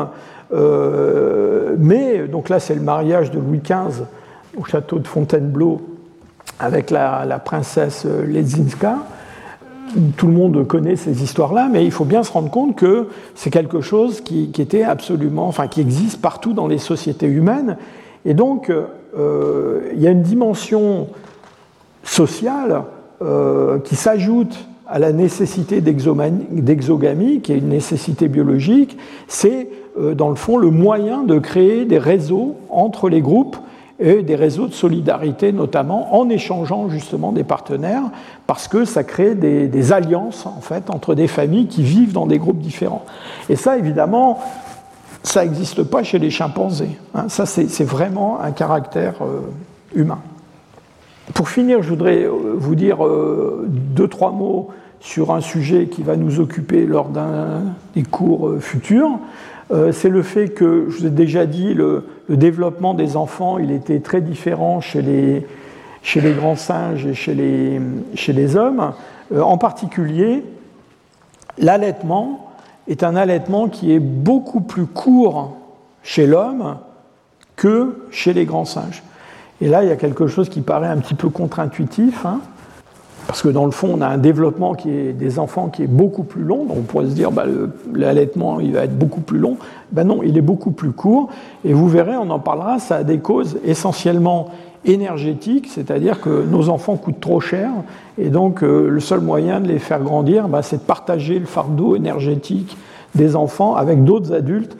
Mais donc là, c'est le mariage de Louis XV au château de Fontainebleau avec la princesse Ledzinska. Tout le monde connaît ces histoires-là, mais il faut bien se rendre compte que c'est quelque chose qui était absolument, enfin, qui existe partout dans les sociétés humaines. Et donc, il y a une dimension sociale qui s'ajoute à la nécessité d'exogamie, qui est une nécessité biologique. C'est, dans le fond, le moyen de créer des réseaux entre les groupes et des réseaux de solidarité, notamment en échangeant justement des partenaires, parce que ça crée des alliances en fait entre des familles qui vivent dans des groupes différents. Et ça, évidemment, ça n'existe pas chez les chimpanzés. Hein. Ça, c'est vraiment un caractère humain. Pour finir, je voudrais vous dire 2-3 mots sur un sujet qui va nous occuper lors des cours futurs. C'est le fait que, je vous ai déjà dit, le développement des enfants, il était très différent chez les grands singes et chez les hommes. En particulier, l'allaitement est un allaitement qui est beaucoup plus court chez l'homme que chez les grands singes. Et là, il y a quelque chose qui paraît un petit peu contre-intuitif, hein, parce que dans le fond, on a un développement des enfants qui est beaucoup plus long. Donc on pourrait se dire, l'allaitement, il va être beaucoup plus long. Non, il est beaucoup plus court. Et vous verrez, on en parlera, ça a des causes essentiellement énergétiques, c'est-à-dire que nos enfants coûtent trop cher. Et donc, le seul moyen de les faire grandir, c'est de partager le fardeau énergétique des enfants avec d'autres adultes.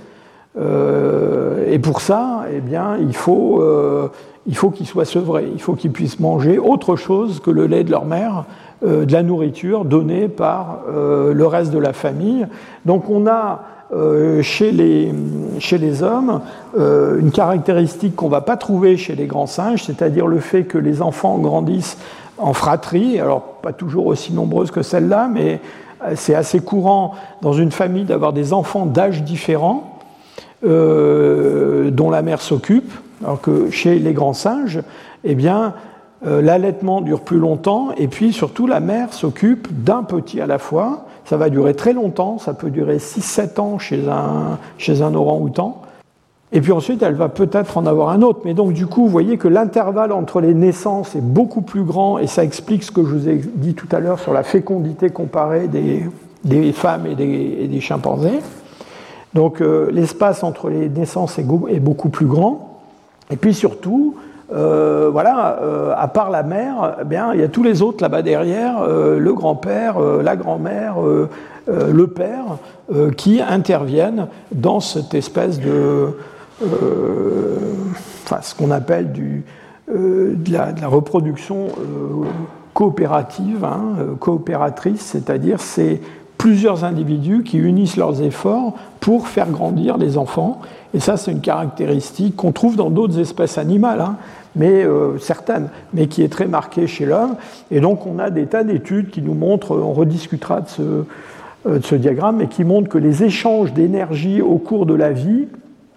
Et pour ça, eh bien, il faut qu'ils soient sevrés, il faut qu'ils puissent manger autre chose que le lait de leur mère, de la nourriture donnée par le reste de la famille. Donc on a chez les hommes une caractéristique qu'on ne va pas trouver chez les grands singes, c'est-à-dire le fait que les enfants grandissent en fratrie, alors pas toujours aussi nombreuses que celle-là, mais c'est assez courant dans une famille d'avoir des enfants d'âge différents, dont la mère s'occupe, alors que chez les grands singes, eh bien, l'allaitement dure plus longtemps, et puis surtout la mère s'occupe d'un petit à la fois. Ça va durer très longtemps, ça peut durer 6-7 ans chez un orang-outan, et puis ensuite elle va peut-être en avoir un autre. Mais donc du coup, vous voyez que l'intervalle entre les naissances est beaucoup plus grand, et ça explique ce que je vous ai dit tout à l'heure sur la fécondité comparée des femmes et des chimpanzés. Donc l'espace entre les naissances est beaucoup plus grand. Et puis surtout, à part la mère, eh bien, il y a tous les autres là-bas derrière, le grand-père, la grand-mère, le père, qui interviennent dans cette espèce de... ce qu'on appelle de la reproduction coopérative, coopératrice, c'est-à-dire c'est plusieurs individus qui unissent leurs efforts pour faire grandir les enfants. Et ça, c'est une caractéristique qu'on trouve dans d'autres espèces animales, mais certaines, mais qui est très marquée chez l'homme. Et donc, on a des tas d'études qui nous montrent, on rediscutera de ce diagramme, mais qui montrent que les échanges d'énergie au cours de la vie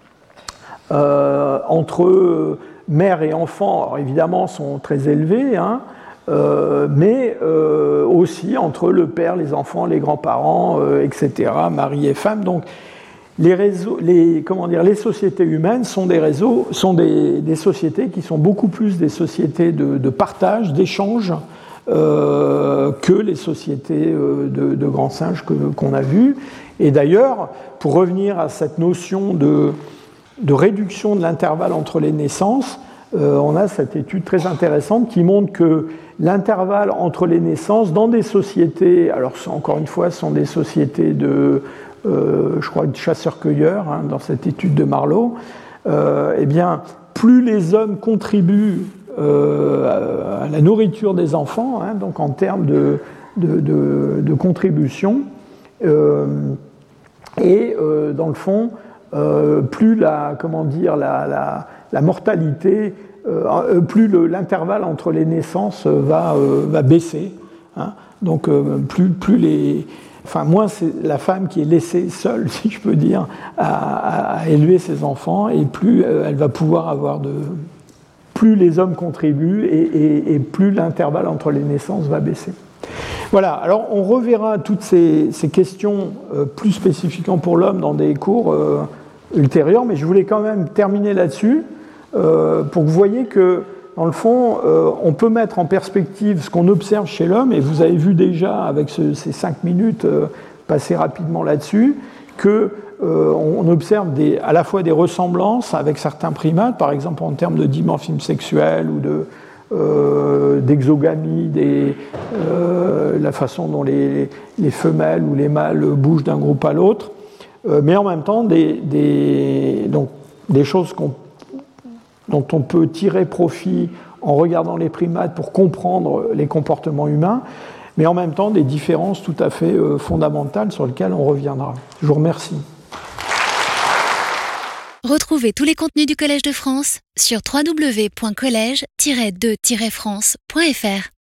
entre mère et enfant, alors évidemment, sont très élevés, mais aussi entre le père, les enfants, les grands-parents, etc., mari et femme. Donc, les sociétés humaines sont des sociétés qui sont beaucoup plus des sociétés de partage, d'échange, que les sociétés de grands singes qu'on a vues. Et d'ailleurs, pour revenir à cette notion de réduction de l'intervalle entre les naissances, on a cette étude très intéressante qui montre que l'intervalle entre les naissances dans des sociétés, alors encore une fois, ce sont des sociétés de chasseurs-cueilleurs, dans cette étude de Marlowe, eh bien, plus les hommes contribuent à la nourriture des enfants, donc en termes de contribution, et dans le fond, plus la mortalité, plus l'intervalle entre les naissances va baisser. Donc moins c'est la femme qui est laissée seule, si je peux dire, à élever ses enfants, et plus elle va pouvoir avoir plus les hommes contribuent et plus l'intervalle entre les naissances va baisser. Voilà, alors on reverra toutes ces questions plus spécifiquement pour l'homme dans des cours ultérieurs, mais je voulais quand même terminer là-dessus pour que vous voyez que, dans le fond, on peut mettre en perspective ce qu'on observe chez l'homme, et vous avez vu déjà avec ces 5 minutes passées rapidement là-dessus, qu'on observe à la fois des ressemblances avec certains primates, par exemple en termes de dimorphisme sexuel ou d'exogamie, la façon dont les femelles ou les mâles bougent d'un groupe à l'autre, mais en même temps des choses dont on peut tirer profit en regardant les primates pour comprendre les comportements humains, mais en même temps des différences tout à fait fondamentales sur lesquelles on reviendra. Je vous remercie. Retrouvez tous les contenus du Collège de France sur www.collège-2-france.fr.